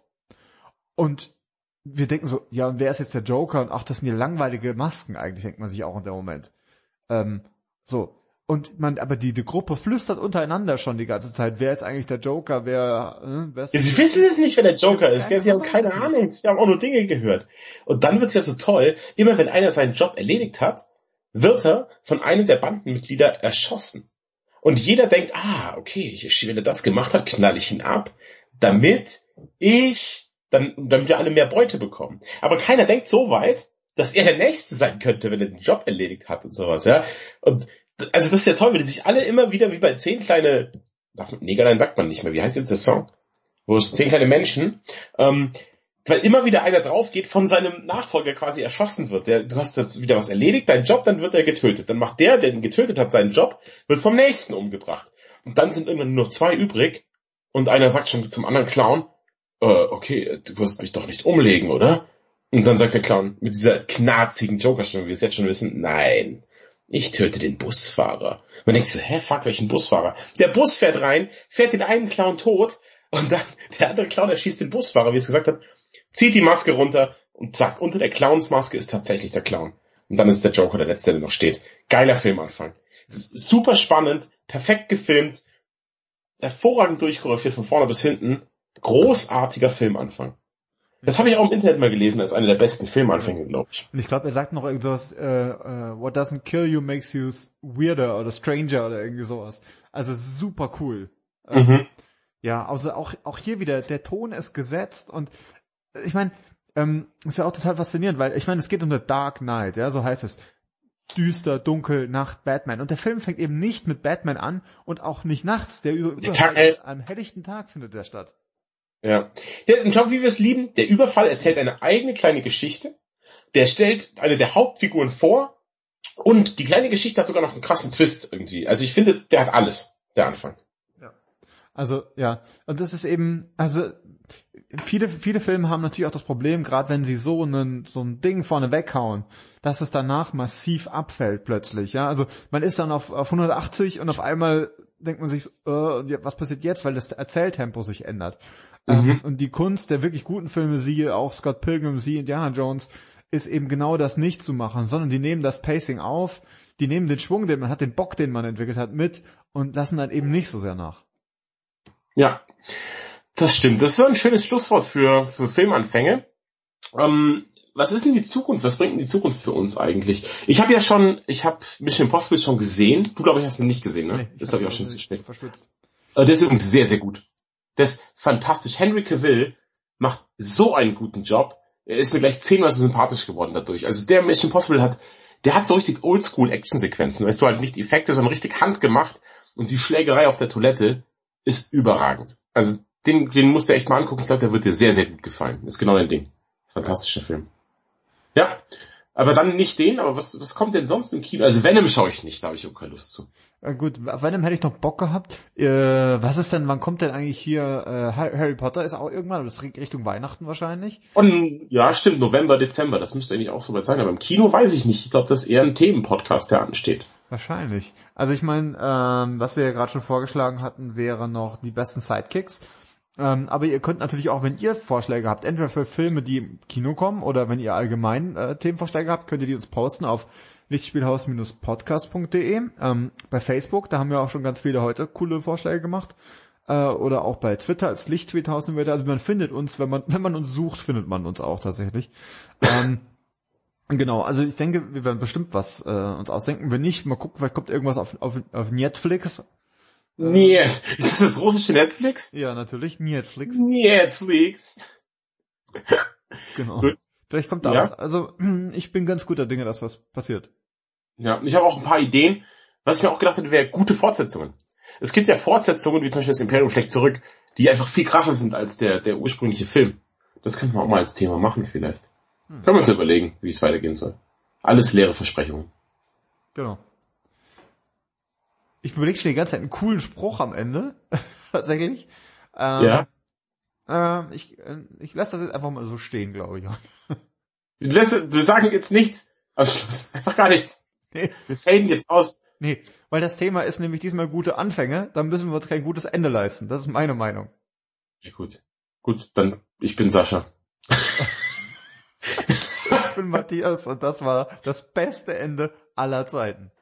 S2: Und wir denken so, ja, und wer ist jetzt der Joker? Und ach, das sind ja langweilige Masken eigentlich, denkt man sich auch in dem Moment. Ähm, so. Und man, aber die, die Gruppe flüstert untereinander schon die ganze Zeit, wer ist eigentlich der Joker, wer, äh, wer ist
S1: ja, sie wissen es nicht, wer der Joker ist, ja, sie haben keine Ahnung, sie haben auch nur Dinge gehört. Und dann wird's ja so toll, immer wenn einer seinen Job erledigt hat, wird er von einem der Bandenmitglieder erschossen. Und jeder denkt, ah, okay, ich, wenn er das gemacht hat, knall ich ihn ab, damit ich Dann, damit wir alle mehr Beute bekommen. Aber keiner denkt so weit, dass er der Nächste sein könnte, wenn er den Job erledigt hat und sowas, ja. Und, also das ist ja toll, wenn die sich alle immer wieder wie bei zehn kleine, Negerlein sagt man nicht mehr, wie heißt jetzt der Song? Wo es zehn kleine Menschen, ähm, weil immer wieder einer drauf geht, von seinem Nachfolger quasi erschossen wird. Der, du hast jetzt wieder was erledigt, dein Job, dann wird er getötet. Dann macht der, der ihn getötet hat, seinen Job, wird vom Nächsten umgebracht. Und dann sind irgendwann nur noch zwei übrig und einer sagt schon zum anderen Clown, Uh, okay, du wirst mich doch nicht umlegen, oder? Und dann sagt der Clown mit dieser knarzigen Joker-Stimme, wie wir es jetzt schon wissen, nein, ich töte den Busfahrer. Man denkt so, hä, fuck, welchen Busfahrer? Der Bus fährt rein, fährt den einen Clown tot und dann der andere Clown erschießt den Busfahrer, wie es gesagt hat, zieht die Maske runter und zack, unter der Clownsmaske ist tatsächlich der Clown. Und dann ist der Joker der Letzte, der noch steht. Geiler Filmanfang. Super spannend, perfekt gefilmt, hervorragend durchchoreografiert von vorne bis hinten. Großartiger Filmanfang. Das habe ich auch im Internet mal gelesen als einer der besten Filmanfänge, glaube ich.
S2: Und ich glaube, er sagt noch irgendwas, äh, äh, what doesn't kill you makes you weirder oder stranger oder irgendwie sowas. Also super cool. Ähm,
S1: Mhm.
S2: Ja, also auch auch hier wieder, der Ton ist gesetzt und ich meine, ähm, ist ja auch total faszinierend, weil ich meine, es geht um The Dark Knight, ja, so heißt es. Düster, dunkel, Nacht, Batman. Und der Film fängt eben nicht mit Batman an und auch nicht nachts. Der über,
S1: Tag, äh,
S2: am helllichten Tag findet der statt.
S1: Ja. Der, und schau, wie wir es lieben. Der Überfall erzählt eine eigene kleine Geschichte. Der stellt eine der Hauptfiguren vor. Und die kleine Geschichte hat sogar noch einen krassen Twist irgendwie. Also ich finde, der hat alles, der Anfang.
S2: Ja. Also, ja. Und das ist eben, also, viele, viele Filme haben natürlich auch das Problem, gerade wenn sie so einen, so ein Ding vorne weghauen, dass es danach massiv abfällt plötzlich, ja. Also, man ist dann auf, auf hundertachtzig und auf einmal denkt man sich, so, äh, was passiert jetzt, weil das Erzähltempo sich ändert.
S1: Mhm.
S2: Ähm, und die Kunst der wirklich guten Filme, siehe auch Scott Pilgrim, siehe Indiana Jones, ist eben genau das nicht zu machen, sondern die nehmen das Pacing auf, die nehmen den Schwung, den man hat, den Bock, den man entwickelt hat, mit und lassen dann eben nicht so sehr nach.
S1: Ja, das stimmt. Das ist so ein schönes Schlusswort für, für Filmanfänge. Ähm, was ist denn die Zukunft? Was bringt denn die Zukunft für uns eigentlich? Ich habe ja schon, ich habe Mission Impossible schon gesehen. Du, glaube ich, hast ihn nicht gesehen, ne?
S2: Nee,
S1: ist, glaube ich, auch schon zu spät.
S2: Verschwitzt.
S1: Äh, der ist übrigens sehr, sehr gut. Der ist fantastisch. Henry Cavill macht so einen guten Job. Er ist mir gleich zehnmal so sympathisch geworden dadurch. Also der Mission Impossible hat, der hat so richtig Oldschool-Action-Sequenzen. Weißt du, halt nicht Effekte, sondern richtig handgemacht. Und die Schlägerei auf der Toilette ist überragend. Also den, den musst du echt mal angucken. Ich glaube, der wird dir sehr, sehr gut gefallen. Ist genau dein Ding. Fantastischer Film. Ja, aber dann nicht den, aber was, was kommt denn sonst im Kino? Also Venom schaue ich nicht, da habe ich auch keine Lust zu.
S2: Äh, gut, auf Venom hätte ich noch Bock gehabt. Äh, was ist denn, wann kommt denn eigentlich hier äh, Harry Potter? Ist auch irgendwann, aber das ist Richtung Weihnachten wahrscheinlich.
S1: Und ja, stimmt, November, Dezember, das müsste eigentlich auch soweit sein, aber im Kino weiß ich nicht. Ich glaube, das ist eher ein Themenpodcast, der ansteht.
S2: Wahrscheinlich. Also ich meine, ähm, was wir ja gerade schon vorgeschlagen hatten, wäre noch die besten Sidekicks. Ähm, aber ihr könnt natürlich auch, wenn ihr Vorschläge habt, entweder für Filme, die im Kino kommen, oder wenn ihr allgemein äh, Themenvorschläge habt, könnt ihr die uns posten auf lichtspielhaus Podcast punkt de. Ähm, bei Facebook, da haben wir auch schon ganz viele heute coole Vorschläge gemacht. Äh, oder auch bei Twitter als Lichttweethaus sind wir da. Also man findet uns, wenn man wenn man uns sucht, findet man uns auch tatsächlich. ähm, genau, also ich denke, wir werden bestimmt was äh, uns ausdenken. Wenn nicht, mal gucken, vielleicht kommt irgendwas auf, auf, auf Netflix.
S1: Nee, ist das das russische Netflix?
S2: Ja, natürlich, Netflix.
S1: Netflix.
S2: Genau.
S1: Gut.
S2: Vielleicht kommt da
S1: Ja.
S2: was. Also, ich bin ganz guter Dinge, dass was passiert.
S1: Ja, und ich habe auch ein paar Ideen. Was ich mir auch gedacht hätte, wäre gute Fortsetzungen. Es gibt ja Fortsetzungen, wie zum Beispiel das Imperium schlägt zurück, die einfach viel krasser sind als der, der ursprüngliche Film. Das könnte man auch mal als Thema machen vielleicht. Hm. Können wir uns überlegen, wie es weitergehen soll. Alles leere Versprechungen.
S2: Genau. Ich überlege schon die ganze Zeit einen coolen Spruch am Ende. Tatsächlich. Ähm,
S1: ja.
S2: Ähm, ich äh, ich lasse das jetzt einfach mal so stehen, glaube ich.
S1: Du, lässt, du sagen jetzt nichts. Am Schluss. Einfach gar nichts.
S2: Nee.
S1: Wir faden jetzt aus.
S2: Nee, weil das Thema ist nämlich diesmal gute Anfänge, dann müssen wir uns kein gutes Ende leisten. Das ist meine Meinung.
S1: Ja, gut. Gut, dann, ich bin Sascha.
S2: Ich bin Matthias und das war das beste Ende aller Zeiten.